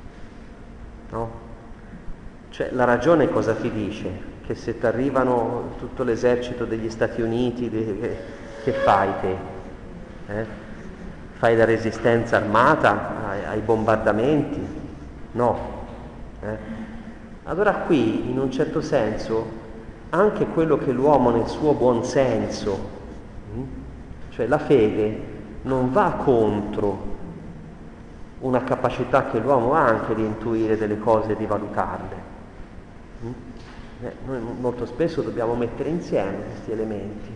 no? Cioè la ragione cosa ti dice? Che se ti arrivano tutto l'esercito degli Stati Uniti, che fai te? Fai la resistenza armata ai bombardamenti? No. Allora qui, in un certo senso, anche quello che l'uomo nel suo buon senso, cioè la fede, non va contro una capacità che l'uomo ha anche di intuire delle cose e di valutarle. Noi molto spesso dobbiamo mettere insieme questi elementi,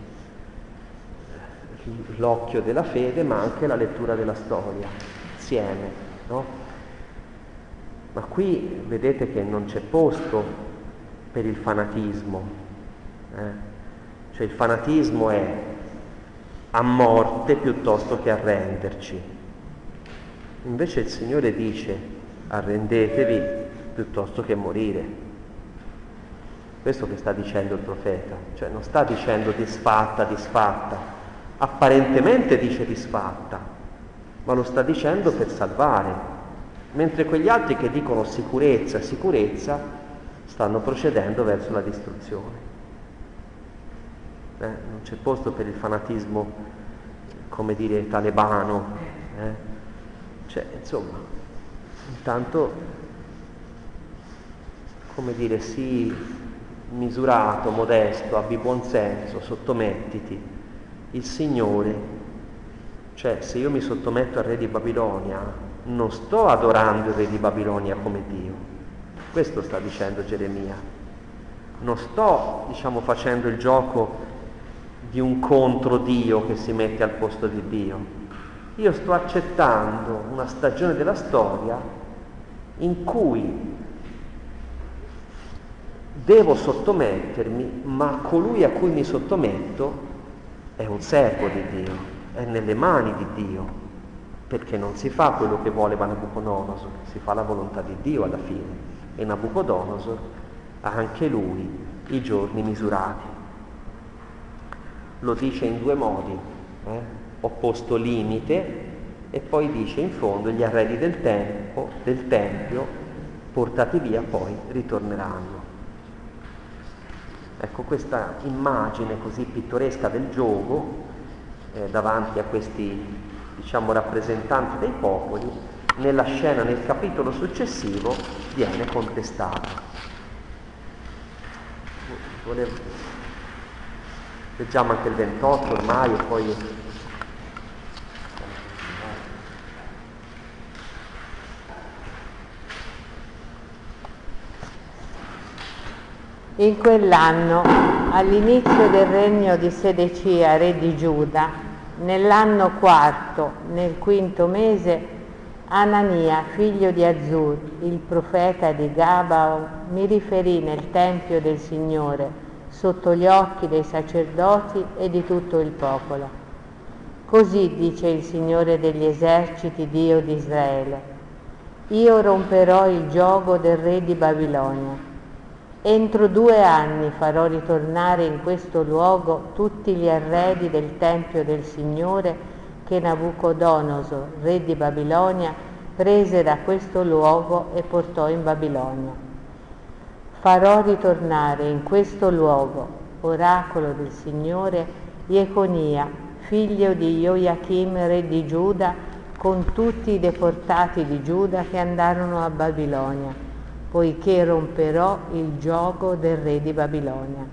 l'occhio della fede ma anche la lettura della storia, insieme, no? Ma qui vedete che non c'è posto per il fanatismo, cioè il fanatismo è a morte piuttosto che arrenderci. Invece il Signore dice arrendetevi piuttosto che morire. Questo che sta dicendo il profeta, cioè non sta dicendo disfatta, apparentemente dice disfatta, ma lo sta dicendo per salvare, mentre quegli altri che dicono sicurezza, stanno procedendo verso la distruzione. Non c'è posto per il fanatismo, come dire, talebano, cioè, insomma, intanto, come dire, sii misurato, modesto, abbi buon senso, sottomettiti. Il Signore, cioè se io mi sottometto al re di Babilonia, non sto adorando il re di Babilonia come Dio. Questo sta dicendo Geremia. Non sto, facendo il gioco di un contro Dio che si mette al posto di Dio. Io sto accettando una stagione della storia in cui devo sottomettermi, ma colui a cui mi sottometto è un servo di Dio, è nelle mani di Dio, perché non si fa quello che vuole Nabucodonosor, si fa la volontà di Dio alla fine. E Nabucodonosor ha anche lui i giorni misurati. Lo dice in due modi, ho posto limite e poi dice in fondo gli arredi del Tempio portati via poi ritorneranno. Ecco, questa immagine così pittoresca del giogo davanti a questi, rappresentanti dei popoli, nella scena, nel capitolo successivo, viene contestata. Leggiamo anche il 28 ormai e poi... In quell'anno, all'inizio del regno di Sedecia, re di Giuda, nell'anno quarto, nel quinto mese, Anania, figlio di Azur, il profeta di Gabaon, mi riferì nel Tempio del Signore, sotto gli occhi dei sacerdoti e di tutto il popolo. Così dice il Signore degli eserciti, Dio di Israele: io romperò il giogo del re di Babilonia. Entro 2 anni farò ritornare in questo luogo tutti gli arredi del Tempio del Signore che Nabucodonosor, re di Babilonia, prese da questo luogo e portò in Babilonia. Farò ritornare in questo luogo, oracolo del Signore, Jeconia, figlio di Joachim, re di Giuda, con tutti i deportati di Giuda che andarono a Babilonia, poiché romperò il giogo del re di Babilonia.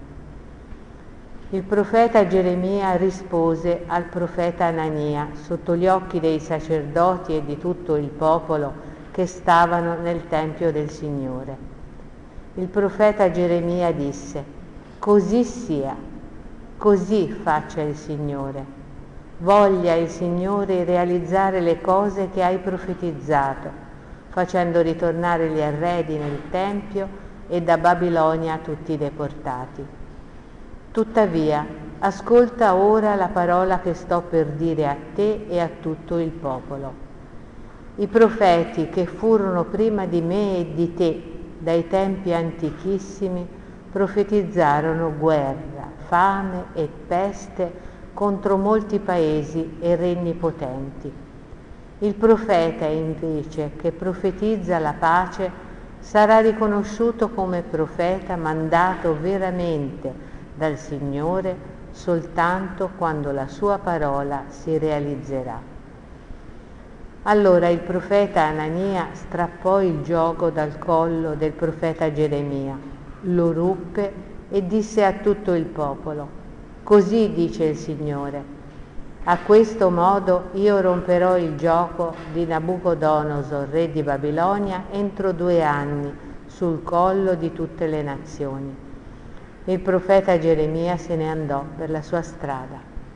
Il profeta Geremia rispose al profeta Anania sotto gli occhi dei sacerdoti e di tutto il popolo che stavano nel Tempio del Signore. Il profeta Geremia disse: così sia, così faccia il Signore. Voglia il Signore realizzare le cose che hai profetizzato, facendo ritornare gli arredi nel Tempio e da Babilonia tutti i deportati. Tuttavia, ascolta ora la parola che sto per dire a te e a tutto il popolo. I profeti che furono prima di me e di te, dai tempi antichissimi, profetizzarono guerra, fame e peste contro molti paesi e regni potenti. Il profeta invece che profetizza la pace sarà riconosciuto come profeta mandato veramente dal Signore soltanto quando la sua parola si realizzerà. Allora il profeta Anania strappò il giogo dal collo del profeta Geremia, lo ruppe e disse a tutto il popolo: così dice il Signore: a questo modo io romperò il gioco di Nabucodonosor, re di Babilonia, entro 2 anni, sul collo di tutte le nazioni. Il profeta Geremia se ne andò per la sua strada.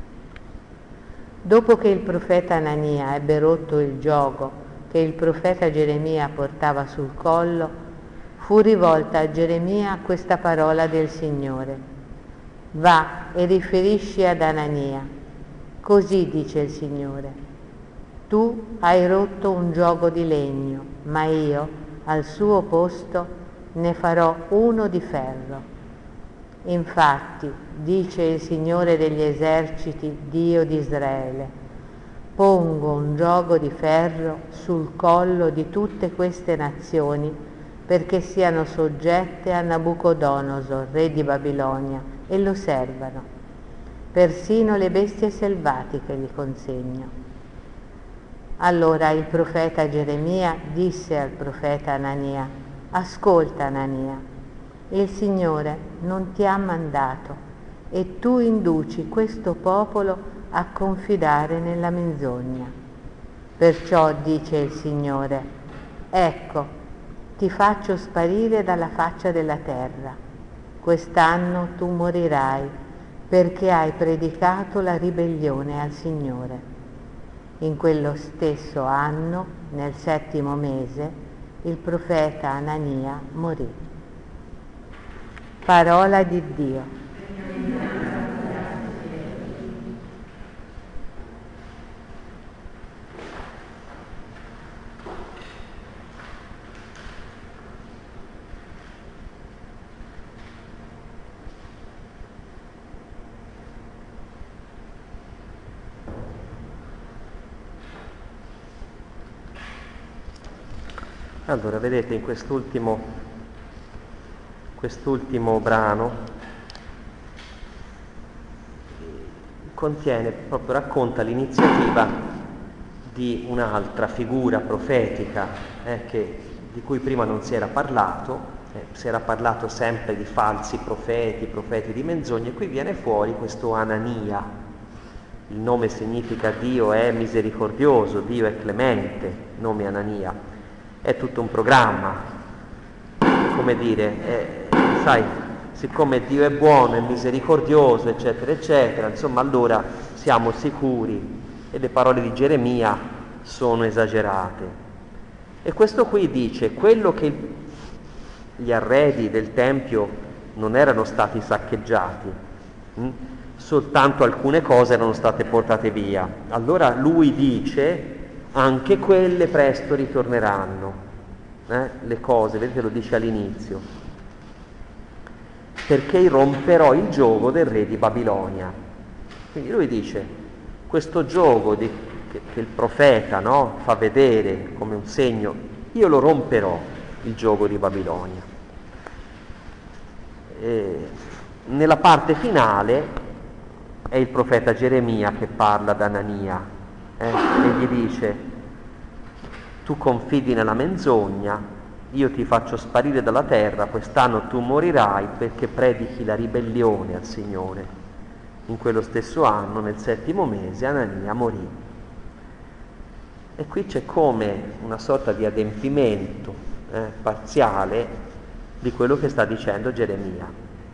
Dopo che il profeta Anania ebbe rotto il giogo che il profeta Geremia portava sul collo, fu rivolta a Geremia questa parola del Signore: va e riferisci ad Anania, così dice il Signore, tu hai rotto un giogo di legno, ma io al suo posto ne farò uno di ferro. Infatti, dice il Signore degli eserciti, Dio di Israele, pongo un giogo di ferro sul collo di tutte queste nazioni perché siano soggette a Nabucodonosor, re di Babilonia, e lo servano. Persino le bestie selvatiche gli consegno. Allora il profeta Geremia disse al profeta Anania: ascolta Anania, il Signore non ti ha mandato e tu induci questo popolo a confidare nella menzogna. Perciò dice il Signore: ecco, ti faccio sparire dalla faccia della terra. Quest'anno tu morirai perché hai predicato la ribellione al Signore. In quello stesso anno, nel 7° mese, il profeta Anania morì. Parola di Dio. Allora, vedete, in quest'ultimo brano racconta l'iniziativa di un'altra figura profetica di cui prima non si era parlato, si era parlato sempre di falsi profeti di menzogne, e qui viene fuori questo Anania. Il nome significa Dio è misericordioso, Dio è clemente, nome Anania. È tutto un programma, come dire, sai, siccome Dio è buono, è misericordioso, eccetera, eccetera, insomma, allora siamo sicuri, e le parole di Geremia sono esagerate. E questo qui dice, quello che gli arredi del Tempio non erano stati saccheggiati, soltanto alcune cose erano state portate via. Allora lui dice, anche quelle presto ritorneranno, le cose, vedete, lo dice all'inizio, perché romperò il giogo del re di Babilonia. Quindi lui dice, questo giogo che il profeta fa vedere come un segno, io lo romperò, il giogo di Babilonia. Nella parte finale è il profeta Geremia che parla ad Anania, e gli dice: tu confidi nella menzogna, io ti faccio sparire dalla terra, quest'anno tu morirai perché predichi la ribellione al Signore. In quello stesso anno, nel 7° mese, Anania morì. E qui c'è come una sorta di adempimento parziale di quello che sta dicendo Geremia,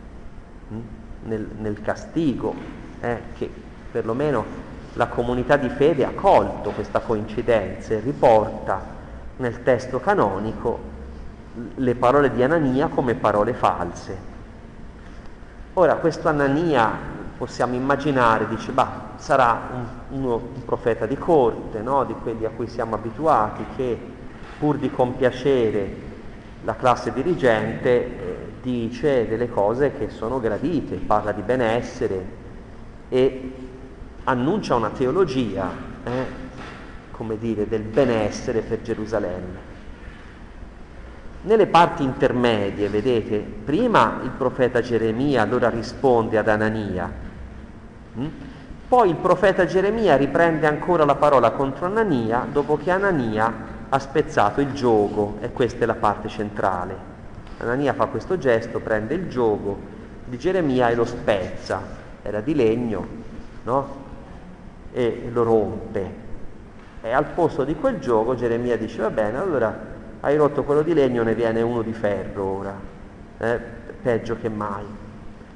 nel castigo che perlomeno la comunità di fede ha colto questa coincidenza e riporta nel testo canonico le parole di Anania come parole false. Ora, questo Anania possiamo immaginare, dice, sarà un profeta di corte, di quelli a cui siamo abituati, che pur di compiacere la classe dirigente dice delle cose che sono gradite, parla di benessere e annuncia una teologia, come dire, del benessere per Gerusalemme. Nelle parti intermedie, vedete, prima il profeta Geremia allora risponde ad Anania, poi il profeta Geremia riprende ancora la parola contro Anania dopo che Anania ha spezzato il giogo, e questa è la parte centrale. Anania fa questo gesto, prende il giogo di Geremia e lo spezza, era di legno, e lo rompe, e al posto di quel giogo Geremia dice: va bene, allora hai rotto quello di legno, ne viene uno di ferro ora, peggio che mai.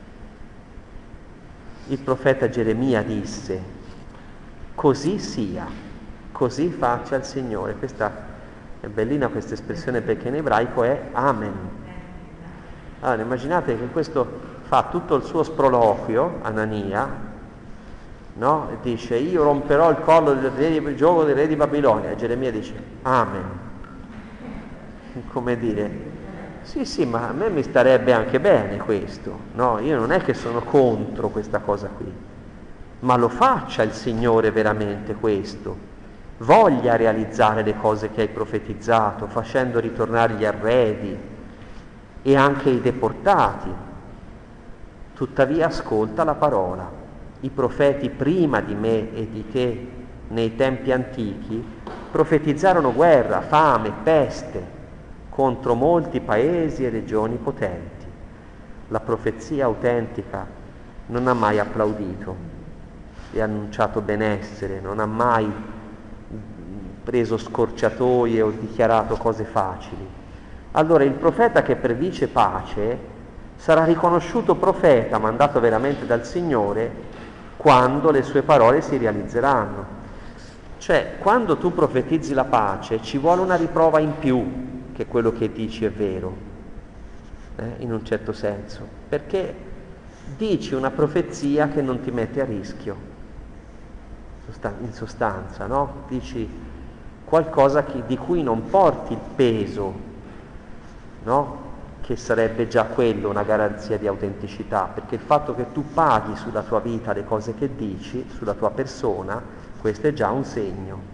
il profeta Geremia disse: così sia, così faccia il Signore. Questa è bellina, questa espressione, perché in ebraico è Amen. Allora immaginate che questo fa tutto il suo sproloquio, Anania, no? E dice: io romperò il collo del gioco del re di Babilonia. E Geremia dice: Amen. Come dire, sì, ma a me mi starebbe anche bene questo, no? Io non è che sono contro questa cosa qui, ma lo faccia il Signore veramente questo, voglia realizzare le cose che hai profetizzato, facendo ritornare gli arredi e anche i deportati. Tuttavia ascolta la parola. I profeti prima di me e di te, nei tempi antichi, profetizzarono guerra, fame, peste contro molti paesi e regioni potenti. La profezia autentica non ha mai applaudito e annunciato benessere, non ha mai preso scorciatoie o dichiarato cose facili. Allora il profeta che predice pace sarà riconosciuto profeta, mandato veramente dal Signore, quando le sue parole si realizzeranno. Cioè, quando tu profetizzi la pace, ci vuole una riprova in più che quello che dici è vero, in un certo senso, perché dici una profezia che non ti mette a rischio, in sostanza, no? Dici qualcosa di cui non porti il peso, no? Che sarebbe già quello una garanzia di autenticità, perché il fatto che tu paghi sulla tua vita le cose che dici, sulla tua persona, questo è già un segno.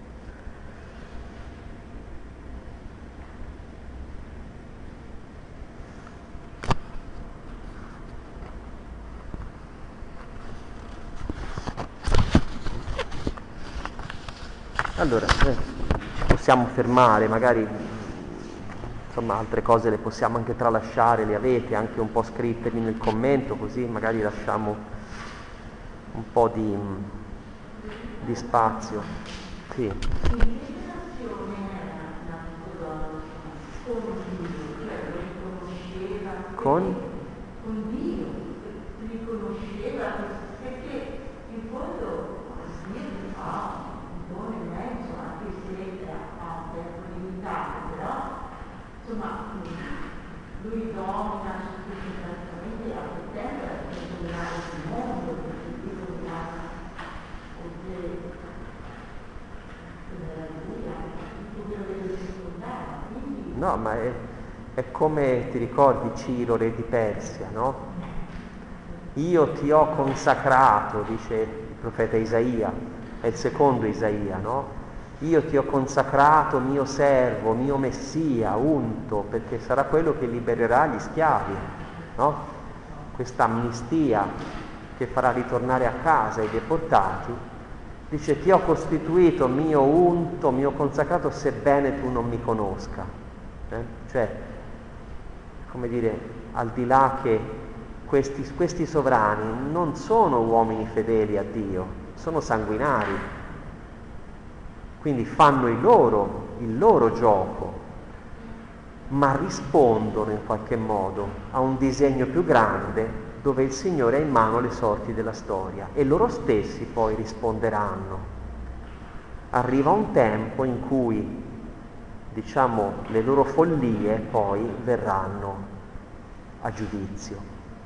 Allora, ci possiamo fermare, magari insomma altre cose le possiamo anche tralasciare, le avete anche un po' scritte lì nel commento, così magari lasciamo un po' di spazio. Sì. Con Dio, riconosceva, perché in fondo Dio fa un buon immenso, anche se ha tempo limitato, però insomma lui domina praticamente a quel tempo per dominare il mondo, perché lui dominava tutto quello che lo circondava. No, ma è come, ti ricordi Ciro, re di Persia, no? Io ti ho consacrato, dice il profeta Isaia, è il secondo Isaia, no? Io ti ho consacrato mio servo, mio messia, unto, perché sarà quello che libererà gli schiavi, no? Questa amnistia che farà ritornare a casa i deportati, dice ti ho costituito mio unto, mio consacrato, sebbene tu non mi conosca. Cioè, come dire, al di là che questi sovrani non sono uomini fedeli a Dio, sono sanguinari, quindi fanno il loro gioco, ma rispondono in qualche modo a un disegno più grande dove il Signore ha in mano le sorti della storia e loro stessi poi risponderanno. Arriva un tempo in cui, diciamo, le loro follie poi verranno a giudizio.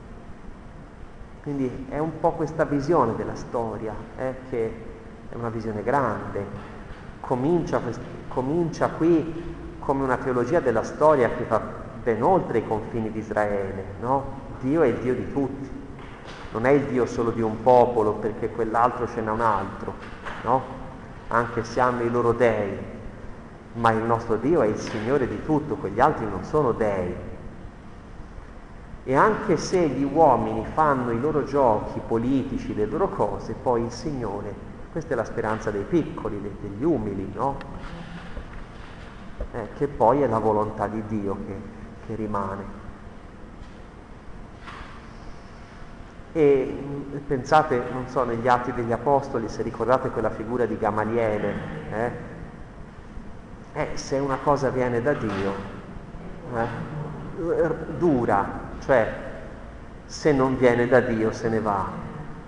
Quindi è un po' questa visione della storia, che è una visione grande. Comincia qui come una teologia della storia che va ben oltre i confini di Israele, no? Dio è il Dio di tutti, non è il Dio solo di un popolo perché quell'altro ce n'è un altro, no? Anche se hanno i loro dei, ma il nostro Dio è il Signore di tutto, quegli altri non sono dei. E anche se gli uomini fanno i loro giochi politici, le loro cose, poi il Signore, questa è la speranza dei piccoli, degli umili, no? Che poi è la volontà di Dio che rimane. E pensate, non so, negli Atti degli Apostoli, se ricordate quella figura di Gamaliele, se una cosa viene da Dio, dura, cioè se non viene da Dio se ne va,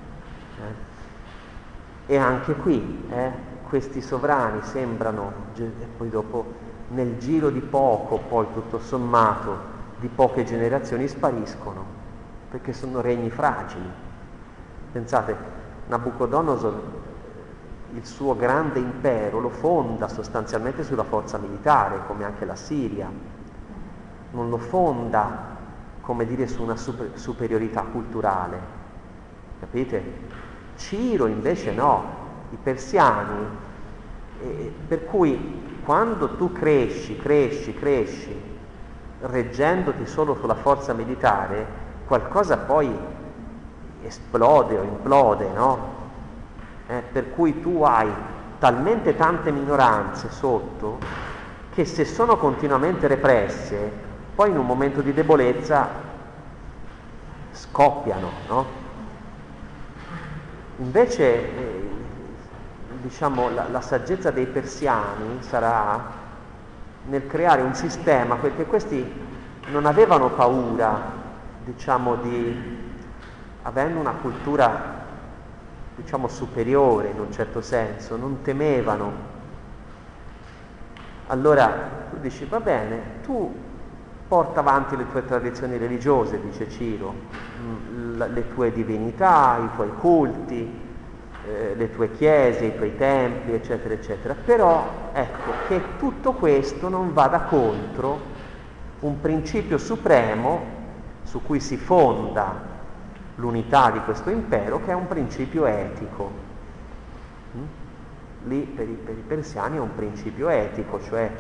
E anche qui questi sovrani sembrano, e poi dopo nel giro di poco, poi tutto sommato, di poche generazioni spariscono, perché sono regni fragili. Pensate, Nabucodonosor, il suo grande impero lo fonda sostanzialmente sulla forza militare, come anche la Siria, non lo fonda, come dire, su una superiorità culturale, capite? Ciro invece no, i persiani, per cui quando tu cresci, reggendoti solo sulla forza militare, qualcosa poi esplode o implode, no? Per cui tu hai talmente tante minoranze sotto che se sono continuamente represse, poi in un momento di debolezza scoppiano, no? Invece, diciamo, la saggezza dei persiani sarà nel creare un sistema, perché questi non avevano paura, diciamo, avendo una cultura, diciamo, superiore in un certo senso, non temevano. Allora tu dici, va bene, tu porta avanti le tue tradizioni religiose, dice Ciro, le tue divinità, i tuoi culti, le tue chiese, i tuoi templi, eccetera, eccetera. Però ecco che tutto questo non vada contro un principio supremo su cui si fonda l'unità di questo impero, che è un principio etico. Lì per i persiani è un principio etico, cioè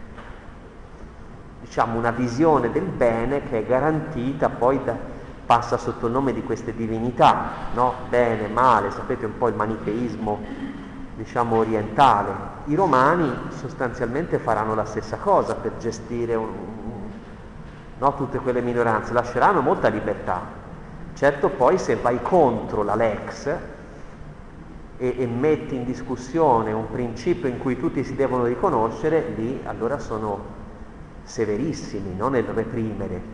diciamo una visione del bene che è garantita poi passa sotto il nome di queste divinità, no? Bene, male, sapete un po' il manicheismo, diciamo, orientale. I romani sostanzialmente faranno la stessa cosa per gestire no, tutte quelle minoranze, lasceranno molta libertà. Certo, poi se vai contro la lex e metti in discussione un principio in cui tutti si devono riconoscere, lì allora sono severissimi, no? Nel reprimere.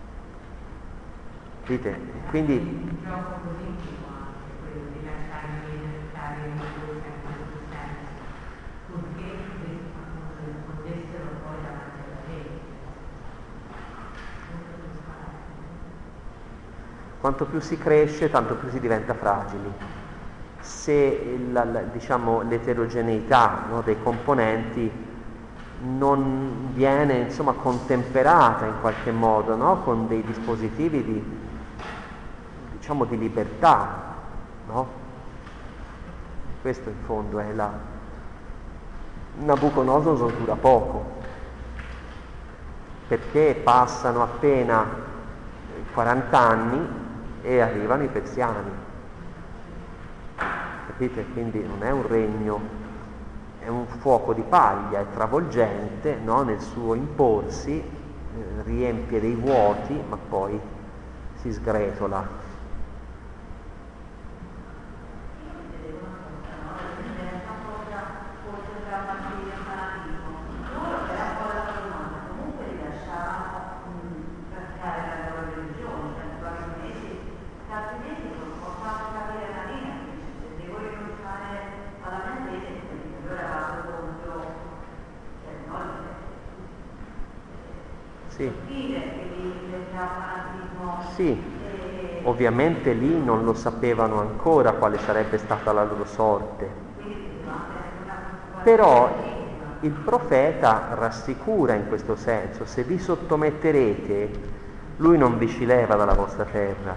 Dite? Quindi un gioco politico anche quello di lasciare stare in questo senso, purché rispondessero poi davanti alla gente. quanto più si cresce, tanto più si diventa fragili. Se diciamo, l'eterogeneità, no, dei componenti non viene, insomma, contemperata in qualche modo, no, con dei dispositivi di libertà, no? Questo in fondo è Nabucodonosor dura poco, perché passano appena 40 anni e arrivano i persiani, capite? Quindi non è un regno, è un fuoco di paglia, è travolgente, no? Nel suo imporsi, riempie dei vuoti, ma poi si sgretola. Sì, ovviamente lì non lo sapevano ancora quale sarebbe stata la loro sorte, però il profeta rassicura in questo senso: se vi sottometterete, lui non vi ci leva dalla vostra terra.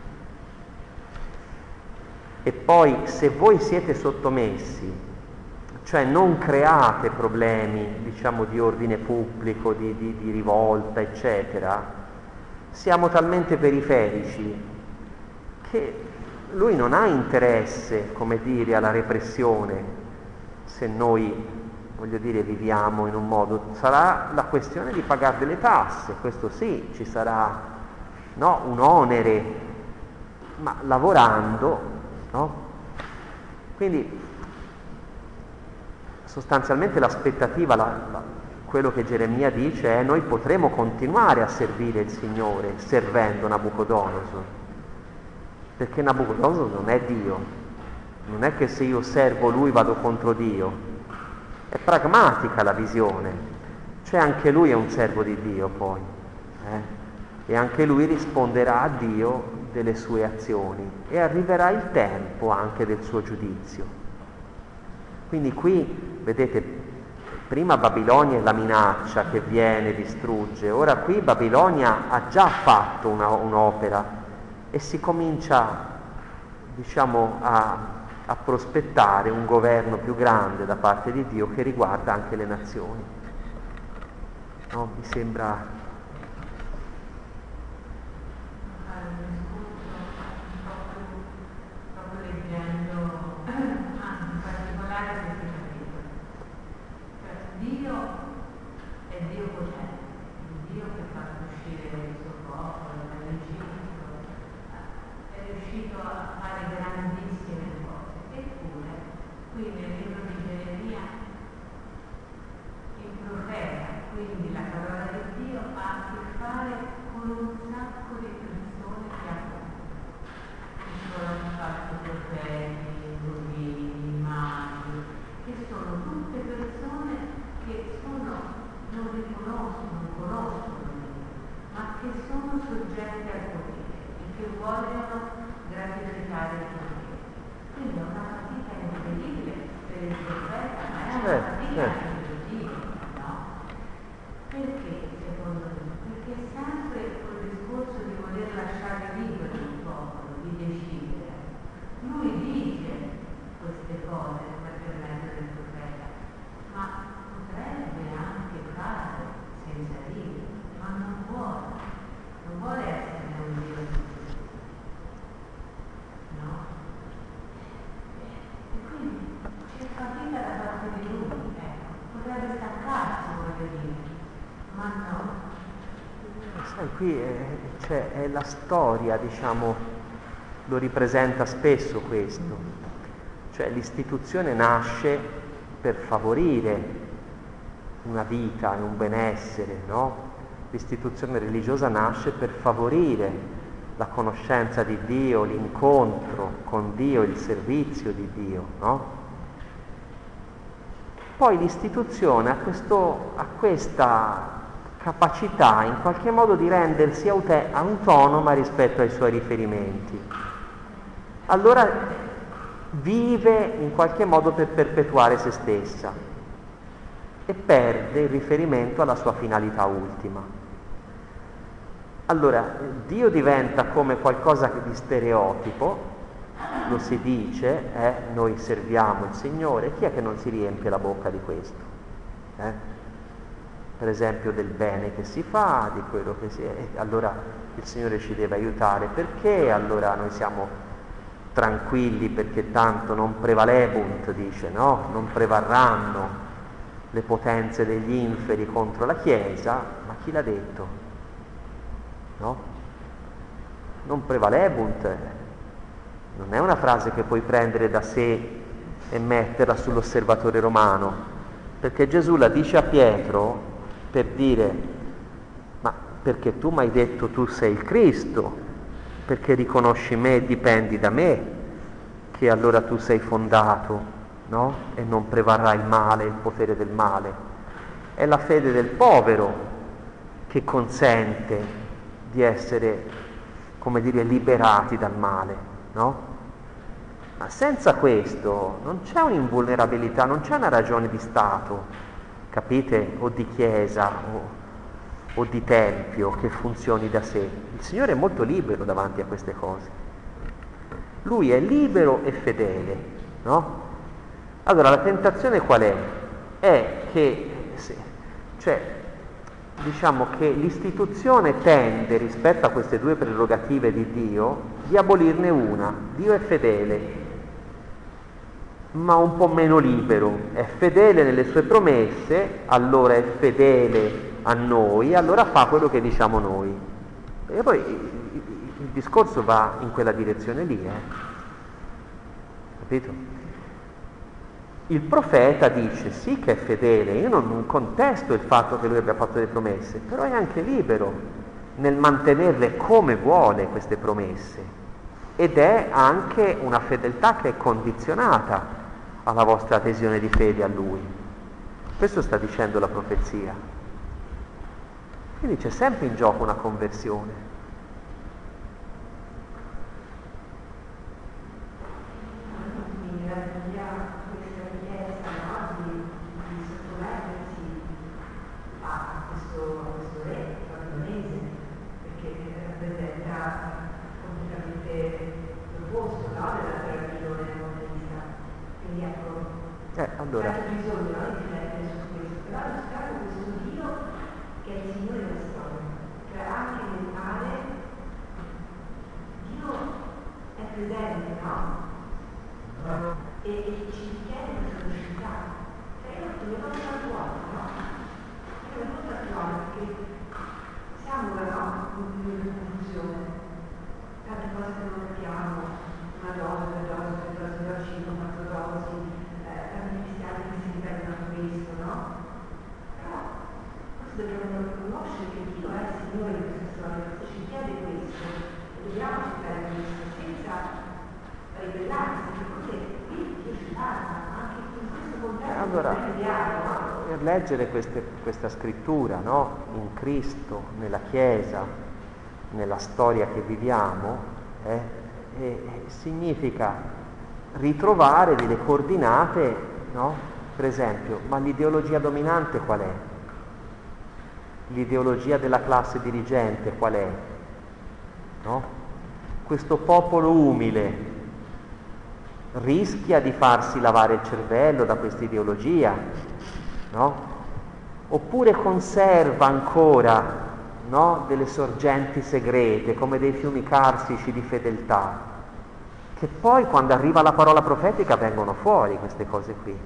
E poi se voi siete sottomessi, cioè non create problemi, diciamo, di ordine pubblico, di rivolta, eccetera, siamo talmente periferici che lui non ha interesse, come dire, alla repressione se noi, voglio dire, viviamo in un modo. Sarà la questione di pagare delle tasse, questo sì, ci sarà, no, un onere, ma lavorando, no? Quindi sostanzialmente l'aspettativa, quello che Geremia dice è: noi potremo continuare a servire il Signore servendo Nabucodonosor. perché Nabucodonosor non è Dio, non è che se io servo lui vado contro Dio, è pragmatica la visione, cioè anche lui è un servo di Dio poi, e anche lui risponderà a Dio delle sue azioni e arriverà il tempo anche del suo giudizio. Quindi qui, vedete, prima Babilonia è la minaccia che viene, distrugge, ora qui Babilonia ha già fatto un'opera e si comincia, diciamo, a prospettare un governo più grande da parte di Dio che riguarda anche le nazioni. No? Mi sembra... Dio è Dio potente, Dio che fa uscire il suo popolo dall'Egitto, è riuscito a fare grandissime cose. Eppure, qui nel libro di Geremia, il profeta, quindi la parola di Dio, ha a che fare con un sacco di persone che amano. Ci sono falsi profeti, bovini, magi, che sono tutte persone che non conoscono Dio, ma che sono soggette al potere e che vogliono gratificare il potere. Quindi è una fatica incredibile per il profeta, ma è una fatica anche per Dio, no? Perché, secondo me? Perché è sempre quel discorso di voler lasciare libero il popolo, di decidere. Lui dice queste cose per mezzo del profeta, ma potrebbe anche fare senza Dio, ma non vuole essere un Dio di tutti, no? E quindi c'è fatica da parte di lui, potrebbe staccarsi, voglio dire, ma no. Sai, qui è la storia, diciamo, lo ripresenta spesso questo, cioè l'istituzione nasce per favorire una vita e un benessere, no? L'istituzione religiosa nasce per favorire la conoscenza di Dio, l'incontro con Dio, il servizio di Dio, no? Poi l'istituzione ha questa capacità in qualche modo di rendersi autonoma rispetto ai suoi riferimenti. Allora vive in qualche modo per perpetuare se stessa e perde il riferimento alla sua finalità ultima. Allora, Dio diventa come qualcosa di stereotipo, lo si dice, noi serviamo il Signore, chi è che non si riempie la bocca di questo? Per esempio del bene che si fa, di quello che si è, allora il Signore ci deve aiutare, perché allora noi siamo tranquilli perché tanto non prevalebunt, dice, no? Non prevarranno le potenze degli inferi contro la Chiesa, ma chi l'ha detto? No? Non prevalebunt non è una frase che puoi prendere da sé e metterla sull'osservatore romano, perché Gesù la dice a Pietro per dire, ma perché tu mi hai detto tu sei il Cristo, perché riconosci me e dipendi da me, che allora tu sei fondato, no? E non prevarrà il male, il potere del male. È la fede del povero che consente di essere, come dire, liberati dal male, no? Ma senza questo non c'è un'invulnerabilità, non c'è una ragione di Stato, capite? O di Chiesa o di Tempio che funzioni da sé. Il Signore è molto libero davanti a queste cose. Lui è libero e fedele, no? Allora la tentazione qual è? È che, diciamo che l'istituzione tende, rispetto a queste due prerogative di Dio, di abolirne una. Dio è fedele, ma un po' meno libero, è fedele nelle sue promesse, allora è fedele a noi, allora fa quello che diciamo noi. E poi il discorso va in quella direzione lì, capito? Il profeta dice sì che è fedele, io non contesto il fatto che lui abbia fatto le promesse, però è anche libero nel mantenerle come vuole queste promesse. ed è anche una fedeltà che è condizionata alla vostra adesione di fede a Lui. Questo sta dicendo la profezia. Quindi c'è sempre in gioco una conversione. Allora. C'è bisogno di riflettere su questo, però è stato questo Dio che è il Signore della storia, cioè anche nel male Dio è presente, no? E ci richiede questa lucidità. Cioè io le cose attuali, no? Io le cose attuali perché siamo in confusione, tante cose che non capiamo, una dose, due dosi, tre dosi, due cinque, quattro dosi. Dobbiamo riconoscere che Dio è il Signore di questa storia, questo ci chiede questo, e dobbiamo accettare questo senza ribellarsi, perché qui Dio ci parla, anche in questo contesto. Allora, per leggere questa scrittura, no? In Cristo, nella Chiesa, nella storia che viviamo, significa ritrovare delle coordinate, no? Per esempio, ma l'ideologia dominante qual è? L'ideologia della classe dirigente qual è? No? Questo popolo umile rischia di farsi lavare il cervello da questa ideologia, no? Oppure conserva ancora, no, delle sorgenti segrete come dei fiumi carsici di fedeltà, che poi quando arriva la parola profetica vengono fuori queste cose qui.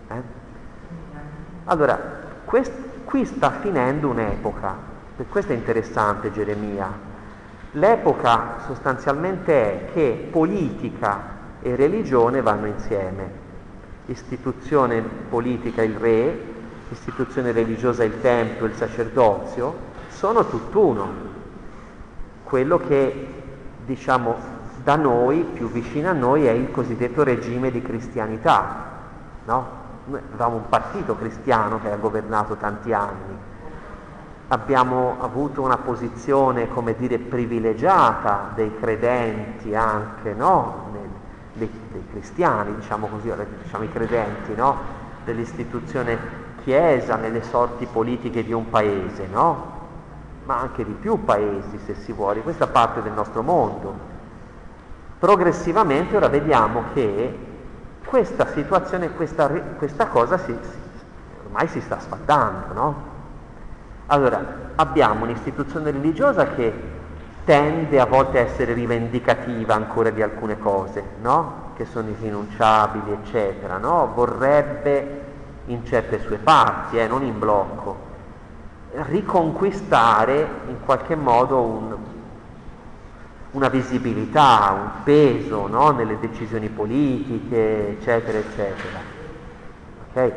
Allora, qui sta finendo un'epoca, per questo è interessante Geremia. L'epoca sostanzialmente è che politica e religione vanno insieme. Istituzione politica il re, istituzione religiosa il tempio, il sacerdozio, sono tutt'uno. Quello che, diciamo, da noi, più vicino a noi, è il cosiddetto regime di cristianità, no? Noi avevamo un partito cristiano che ha governato tanti anni, abbiamo avuto una posizione, come dire, privilegiata dei credenti anche, no? Dei cristiani, diciamo così, diciamo i credenti, no? Dell'istituzione Chiesa nelle sorti politiche di un paese, no? Ma anche di più paesi, se si vuole, questa parte del nostro mondo. Progressivamente ora vediamo che questa situazione, questa cosa ormai si sta sfatando, no? Allora, abbiamo un'istituzione religiosa che tende a volte a essere rivendicativa ancora di alcune cose, no? Che sono irrinunciabili, eccetera, no? Vorrebbe in certe sue parti, non in blocco, riconquistare in qualche modo una visibilità, un peso, no? Nelle decisioni politiche, eccetera, eccetera. Okay?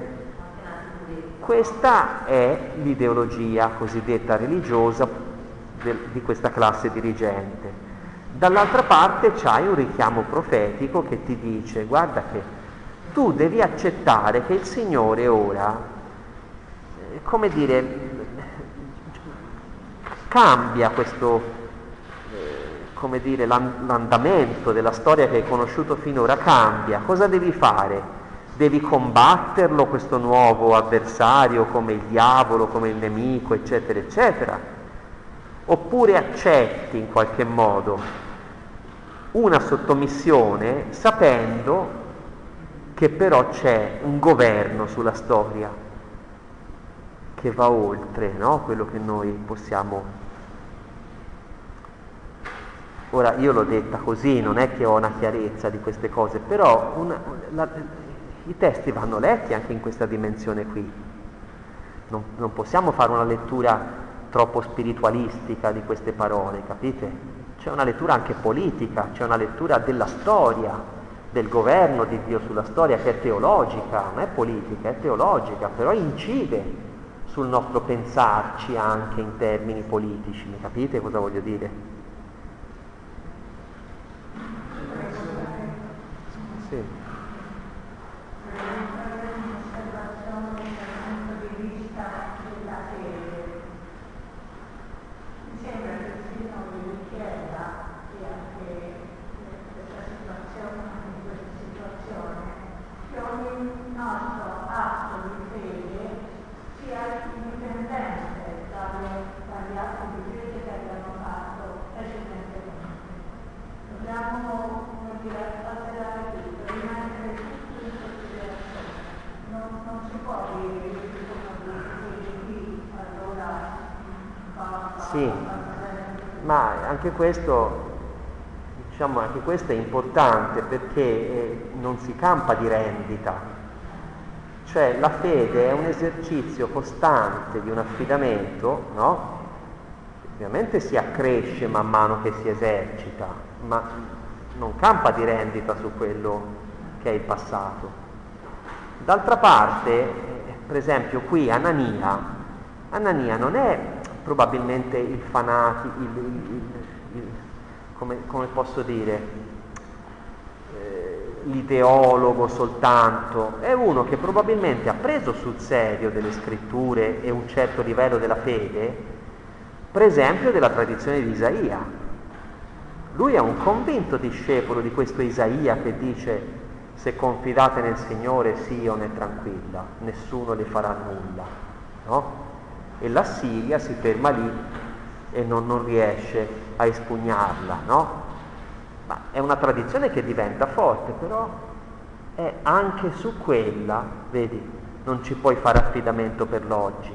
Questa è l'ideologia cosiddetta religiosa di questa classe dirigente. Dall'altra parte c'hai un richiamo profetico che ti dice: guarda che tu devi accettare che il Signore ora, come dire, cambia questo, come dire, l'andamento della storia che hai conosciuto finora cambia. Cosa devi fare? Devi combatterlo, questo nuovo avversario, come il diavolo, come il nemico, eccetera, eccetera. Oppure accetti in qualche modo una sottomissione sapendo che però c'è un governo sulla storia che va oltre, no? Quello che noi possiamo. Ora, io l'ho detta così, non è che ho una chiarezza di queste cose, però i testi vanno letti anche in questa dimensione qui. Non possiamo fare una lettura troppo spiritualistica di queste parole, capite? C'è una lettura anche politica, c'è una lettura della storia, del governo di Dio sulla storia, che è teologica, non è politica, è teologica, però incide sul nostro pensarci anche in termini politici, capite cosa voglio dire? Sì. Un'osservazione dal punto di vista della fede. Mi sembra che il Signore richieda che anche questa situazione, in questa situazione, che ogni nostro atto di fede sia indipendente dagli atti di fede che abbiamo fatto precedentemente. Dobbiamo, come dire, alterare tutto, rimettere tutto in considerazione. Non si può dire che qui allora Sì, ma anche questo, diciamo, anche questo è importante perché non si campa di rendita. Cioè la fede è un esercizio costante di un affidamento, no? Ovviamente si accresce man mano che si esercita, ma non campa di rendita su quello che è il passato. D'altra parte, per esempio qui Anania non è probabilmente il fanatico, come posso dire, l'ideologo soltanto, è uno che probabilmente ha preso sul serio delle scritture e un certo livello della fede, per esempio della tradizione di Isaia. Lui è un convinto discepolo di questo Isaia che dice: se confidate nel Signore Sion è tranquilla, nessuno le farà nulla, no? E la Siria si ferma lì e non riesce a espugnarla, no? Ma è una tradizione che diventa forte, però è anche su quella, vedi, non ci puoi fare affidamento per l'oggi,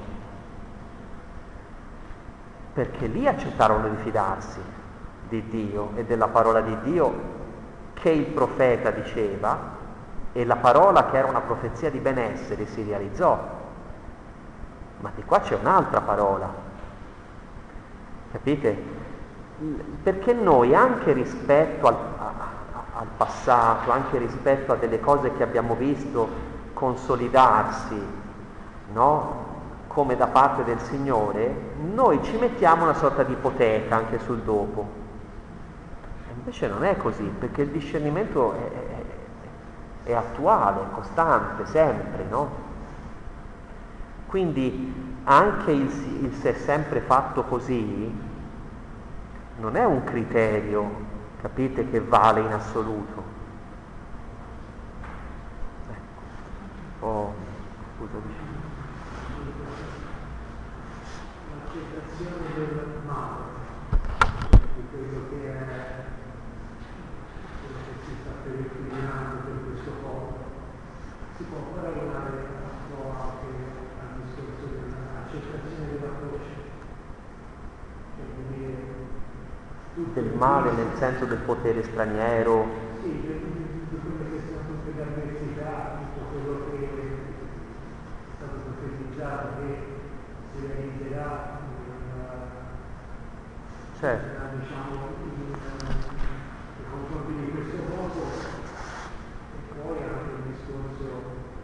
perché lì accettarono di fidarsi di Dio e della parola di Dio che il profeta diceva, e la parola che era una profezia di benessere si realizzò. Ma di qua c'è un'altra parola, capite? Perché noi anche rispetto al passato, anche rispetto a delle cose che abbiamo visto consolidarsi, no? Come da parte del Signore, noi ci mettiamo una sorta di ipoteca anche sul dopo. E invece non è così, perché il discernimento è attuale, è costante, sempre, no? Quindi anche il se è sempre fatto così non è un criterio, capite, che vale in assoluto. Scusa, dici. L'accettazione del male, di quello che è quello che si sta peregrinando per questo popolo, si può paragonare un po' anche al discorso dell'accettazione della croce, cioè di dire Del male nel senso del potere straniero. Sì, di quelle che sono tutte le avversità, tutto quello che è stato profetizzato che si realizzerà diciamo nei confronti di questo popolo. E poi anche il discorso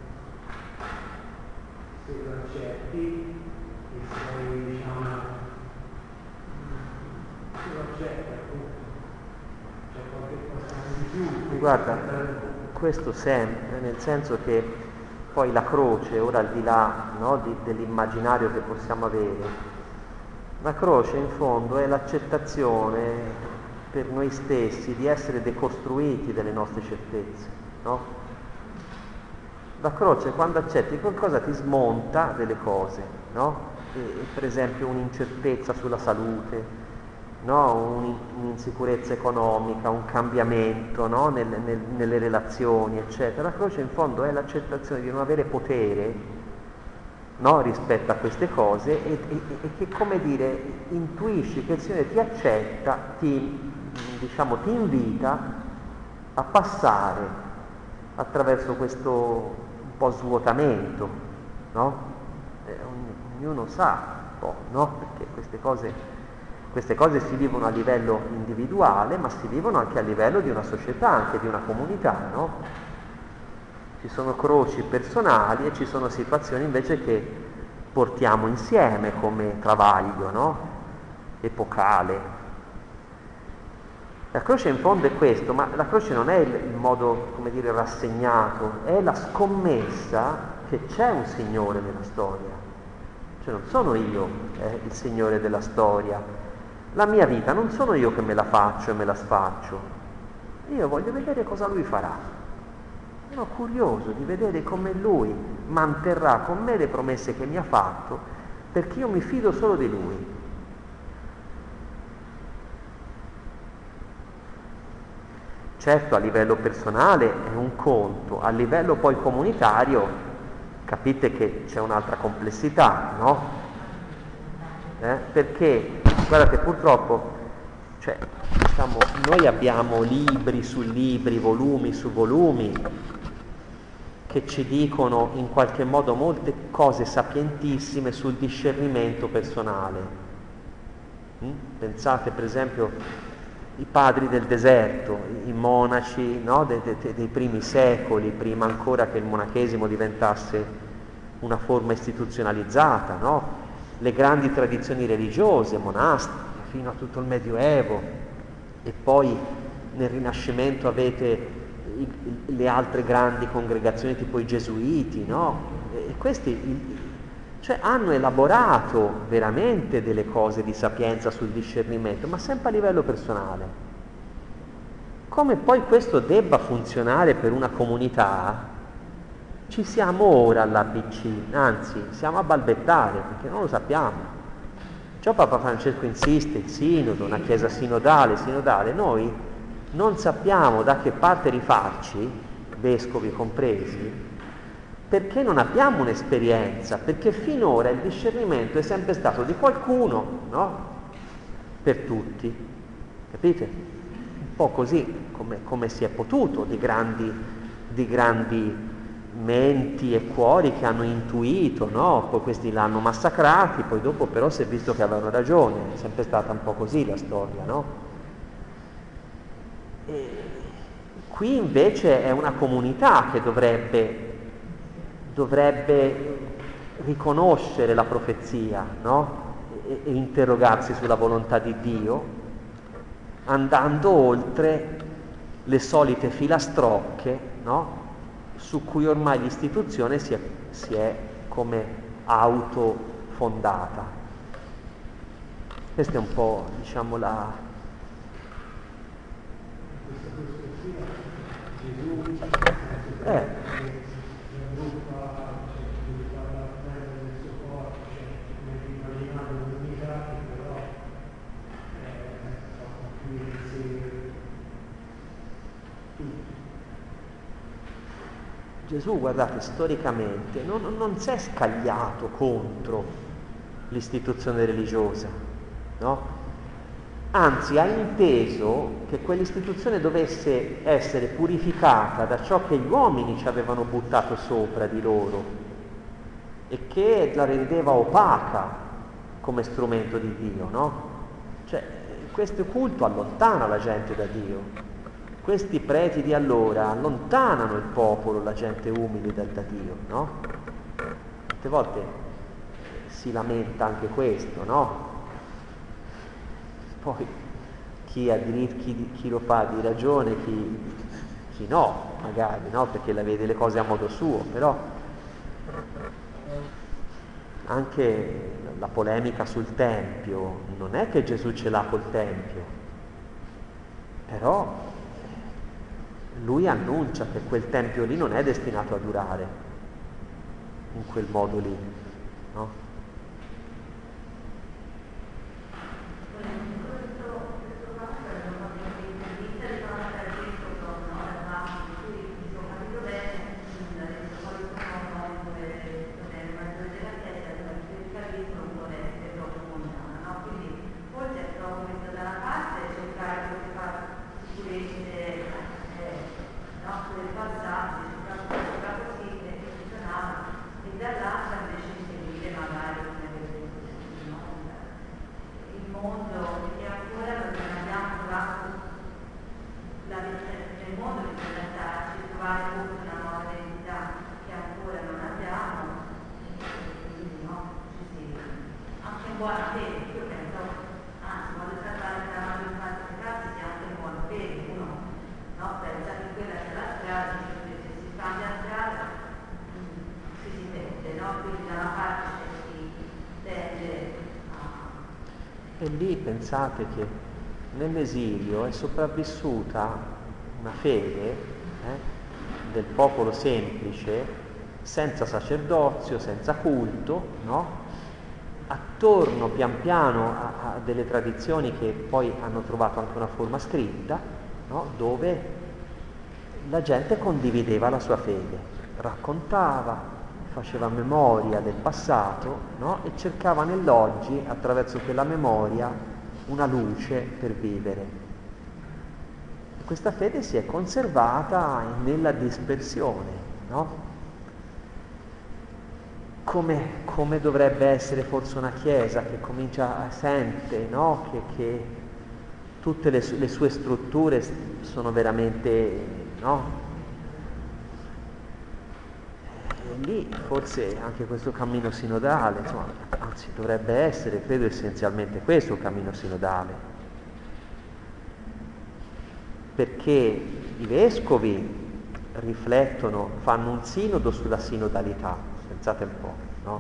se lo accetti e se diciamo lo accetta, c'è qualche cosa di più. Guarda, questo sempre, nel senso che poi la croce, ora al di là, no, dell'immaginario che possiamo avere, la croce in fondo è l'accettazione per noi stessi di essere decostruiti delle nostre certezze, no? La croce, quando accetti qualcosa, ti smonta delle cose, no? E per esempio un'incertezza sulla salute, no? Un'insicurezza economica, un cambiamento, no? Nelle relazioni, eccetera. La croce in fondo è l'accettazione di non avere potere, no? Rispetto a queste cose e che, come dire, intuisci che il Signore ti accetta, ti invita a passare attraverso questo un po' svuotamento, no? Ognuno sa un po', no? Perché queste cose si vivono a livello individuale, ma si vivono anche a livello di una società, anche di una comunità, no? Ci sono croci personali e ci sono situazioni invece che portiamo insieme come travaglio, no? Epocale. La croce in fondo è questo, ma la croce non è il modo, come dire, rassegnato, è la scommessa che c'è un Signore nella storia. Cioè non sono io il Signore della storia. La mia vita non sono io che me la faccio e me la sfaccio. Io voglio vedere cosa Lui farà. Sono curioso di vedere come Lui manterrà con me le promesse che mi ha fatto, perché io mi fido solo di Lui. Certo, a livello personale è un conto, a livello poi comunitario capite che c'è un'altra complessità, no? Perché, guardate, purtroppo, cioè, diciamo, noi abbiamo libri su libri, volumi su volumi, che ci dicono in qualche modo molte cose sapientissime sul discernimento personale. Pensate per esempio i padri del deserto, i monaci, no? dei primi secoli, prima ancora che il monachesimo diventasse una forma istituzionalizzata, no? Le grandi tradizioni religiose, monastiche, fino a tutto il Medioevo, e poi nel Rinascimento avete le altre grandi congregazioni tipo i Gesuiti, no? E questi cioè hanno elaborato veramente delle cose di sapienza sul discernimento, ma sempre a livello personale. Come poi questo debba funzionare per una comunità, ci siamo ora all'ABC, anzi siamo a balbettare perché non lo sappiamo. Già Papa Francesco insiste, il sinodo, una chiesa sinodale, noi non sappiamo da che parte rifarci, vescovi compresi, perché non abbiamo un'esperienza, perché finora il discernimento è sempre stato di qualcuno, no? Per tutti, capite? Un po' così, come si è potuto, di grandi menti e cuori che hanno intuito, no? Poi questi l'hanno massacrati, poi dopo però si è visto che avevano ragione, è sempre stata un po' così la storia, no? E qui invece è una comunità che dovrebbe riconoscere la profezia, no? E interrogarsi sulla volontà di Dio, andando oltre le solite filastrocche, no? Su cui ormai l'istituzione si è come autofondata. Questa è un po', diciamo, la... Gesù, guardate, storicamente non si è scagliato contro l'istituzione religiosa, no? Anzi, ha inteso che quell'istituzione dovesse essere purificata da ciò che gli uomini ci avevano buttato sopra di loro e che la rendeva opaca come strumento di Dio, no? Cioè, questo culto allontana la gente da Dio. Questi preti di allora allontanano il popolo, la gente umile da Dio, no? Tante volte si lamenta anche questo, no? Poi chi lo fa di ragione, chi no, magari, no? Perché la vede le cose a modo suo, però anche la polemica sul Tempio, non è che Gesù ce l'ha col Tempio, però lui annuncia che quel Tempio lì non è destinato a durare in quel modo lì, no? Dall'altra invece seguire magari E lì pensate che nell'esilio è sopravvissuta una fede del popolo semplice, senza sacerdozio, senza culto, no? Attorno pian piano a delle tradizioni che poi hanno trovato anche una forma scritta, no? Dove la gente condivideva la sua fede, raccontava, faceva memoria del passato, no? E cercava nell'oggi, attraverso quella memoria, una luce per vivere. E questa fede si è conservata nella dispersione, no? Come dovrebbe essere forse una chiesa che comincia, sente, no? Che tutte le sue strutture sono veramente, no? E lì forse anche questo cammino sinodale, insomma, anzi dovrebbe essere, credo, essenzialmente questo il cammino sinodale, perché i vescovi riflettono, fanno un sinodo sulla sinodalità. Pensate un po', no?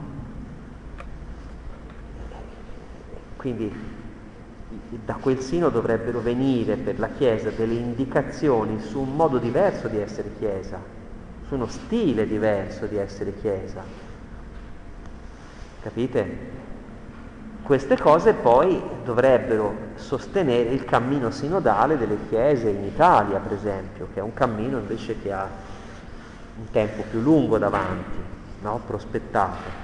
Quindi da quel sino dovrebbero venire per la Chiesa delle indicazioni su un modo diverso di essere Chiesa, su uno stile diverso di essere Chiesa. Capite? Queste cose poi dovrebbero sostenere il cammino sinodale delle Chiese in Italia, per esempio, che è un cammino invece che ha un tempo più lungo davanti, no? Prospettato.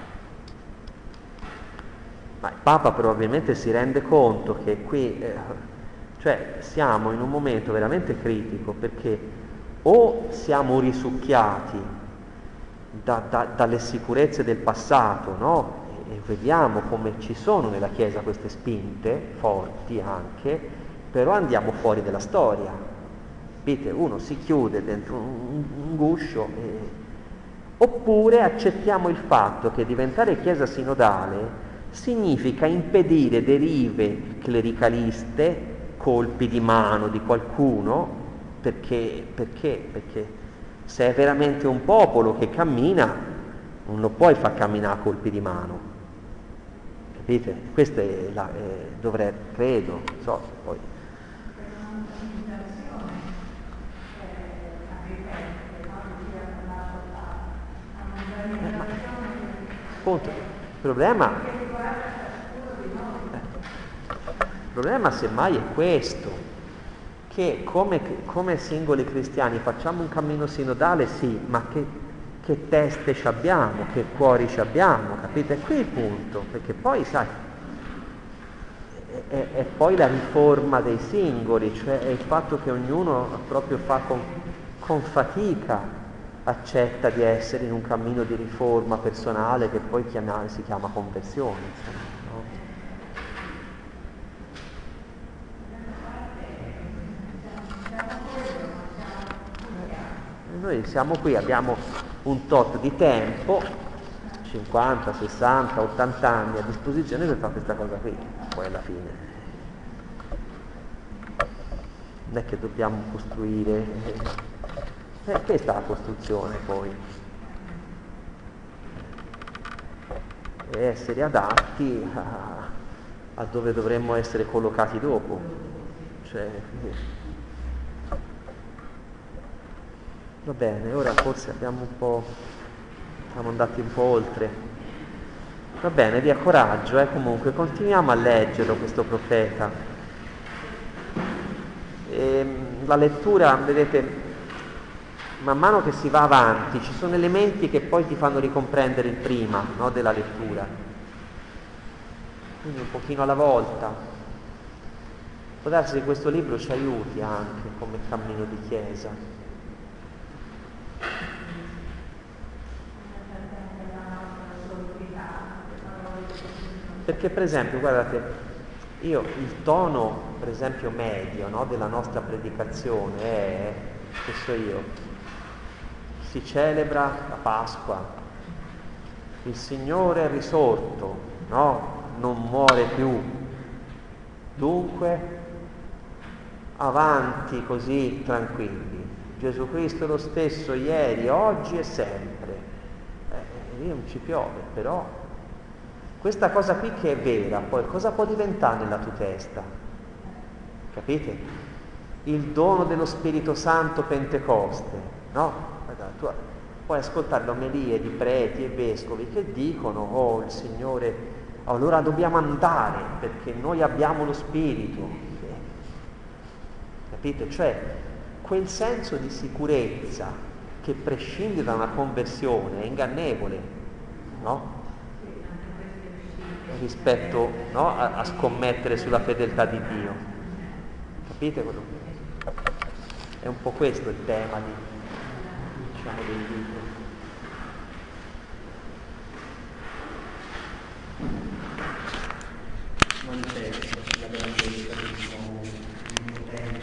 Ma il Papa probabilmente si rende conto che qui cioè siamo in un momento veramente critico, perché o siamo risucchiati dalle sicurezze del passato, no? E vediamo come ci sono nella Chiesa queste spinte forti anche, però andiamo fuori dalla storia. Capite? Uno si chiude dentro un guscio oppure accettiamo il fatto che diventare Chiesa sinodale significa impedire derive clericaliste, colpi di mano di qualcuno, perché se è veramente un popolo che cammina, non lo puoi far camminare a colpi di mano. Capite? Questo è dovrebbe, credo, non so, poi. Appunto, il problema semmai è questo, che come singoli cristiani facciamo un cammino sinodale, sì, ma che teste ci abbiamo, che cuori ci abbiamo, capite? È qui il punto, perché poi, sai, è poi la riforma dei singoli, cioè è il fatto che ognuno proprio fa con fatica, accetta di essere in un cammino di riforma personale che poi si chiama conversione, insomma, no? Noi siamo qui, abbiamo un tot di tempo, 50, 60, 80 anni a disposizione per fare questa cosa qui, poi alla fine non è che dobbiamo costruire. Questa è la costruzione poi, e essere adatti a dove dovremmo essere collocati dopo, cioè, va bene, ora forse siamo andati un po' oltre, va bene, via, coraggio, comunque continuiamo a leggerlo questo profeta. La lettura, vedete, man mano che si va avanti ci sono elementi che poi ti fanno ricomprendere il prima, no, della lettura, quindi un pochino alla volta. Può darsi che questo libro ci aiuti anche come cammino di Chiesa. Perché per esempio, guardate, io il tono per esempio medio, no, della nostra predicazione è, che so io, si celebra la Pasqua, il Signore è risorto, no? Non muore più, dunque avanti così tranquilli, Gesù Cristo è lo stesso ieri, oggi e sempre. Lì non ci piove, però Questa cosa qui che è vera, poi cosa può diventare nella tua testa? Capite? Il dono dello Spirito Santo Pentecoste, no? Guarda, tu puoi ascoltare le omelie di preti e vescovi che dicono, oh il Signore, allora dobbiamo andare perché noi abbiamo lo Spirito. Capite? Cioè, quel senso di sicurezza che prescinde da una conversione è ingannevole, no? Rispetto, no? a scommettere sulla fedeltà di Dio. Capite quello che è un po' questo il tema di, diciamo, del libro.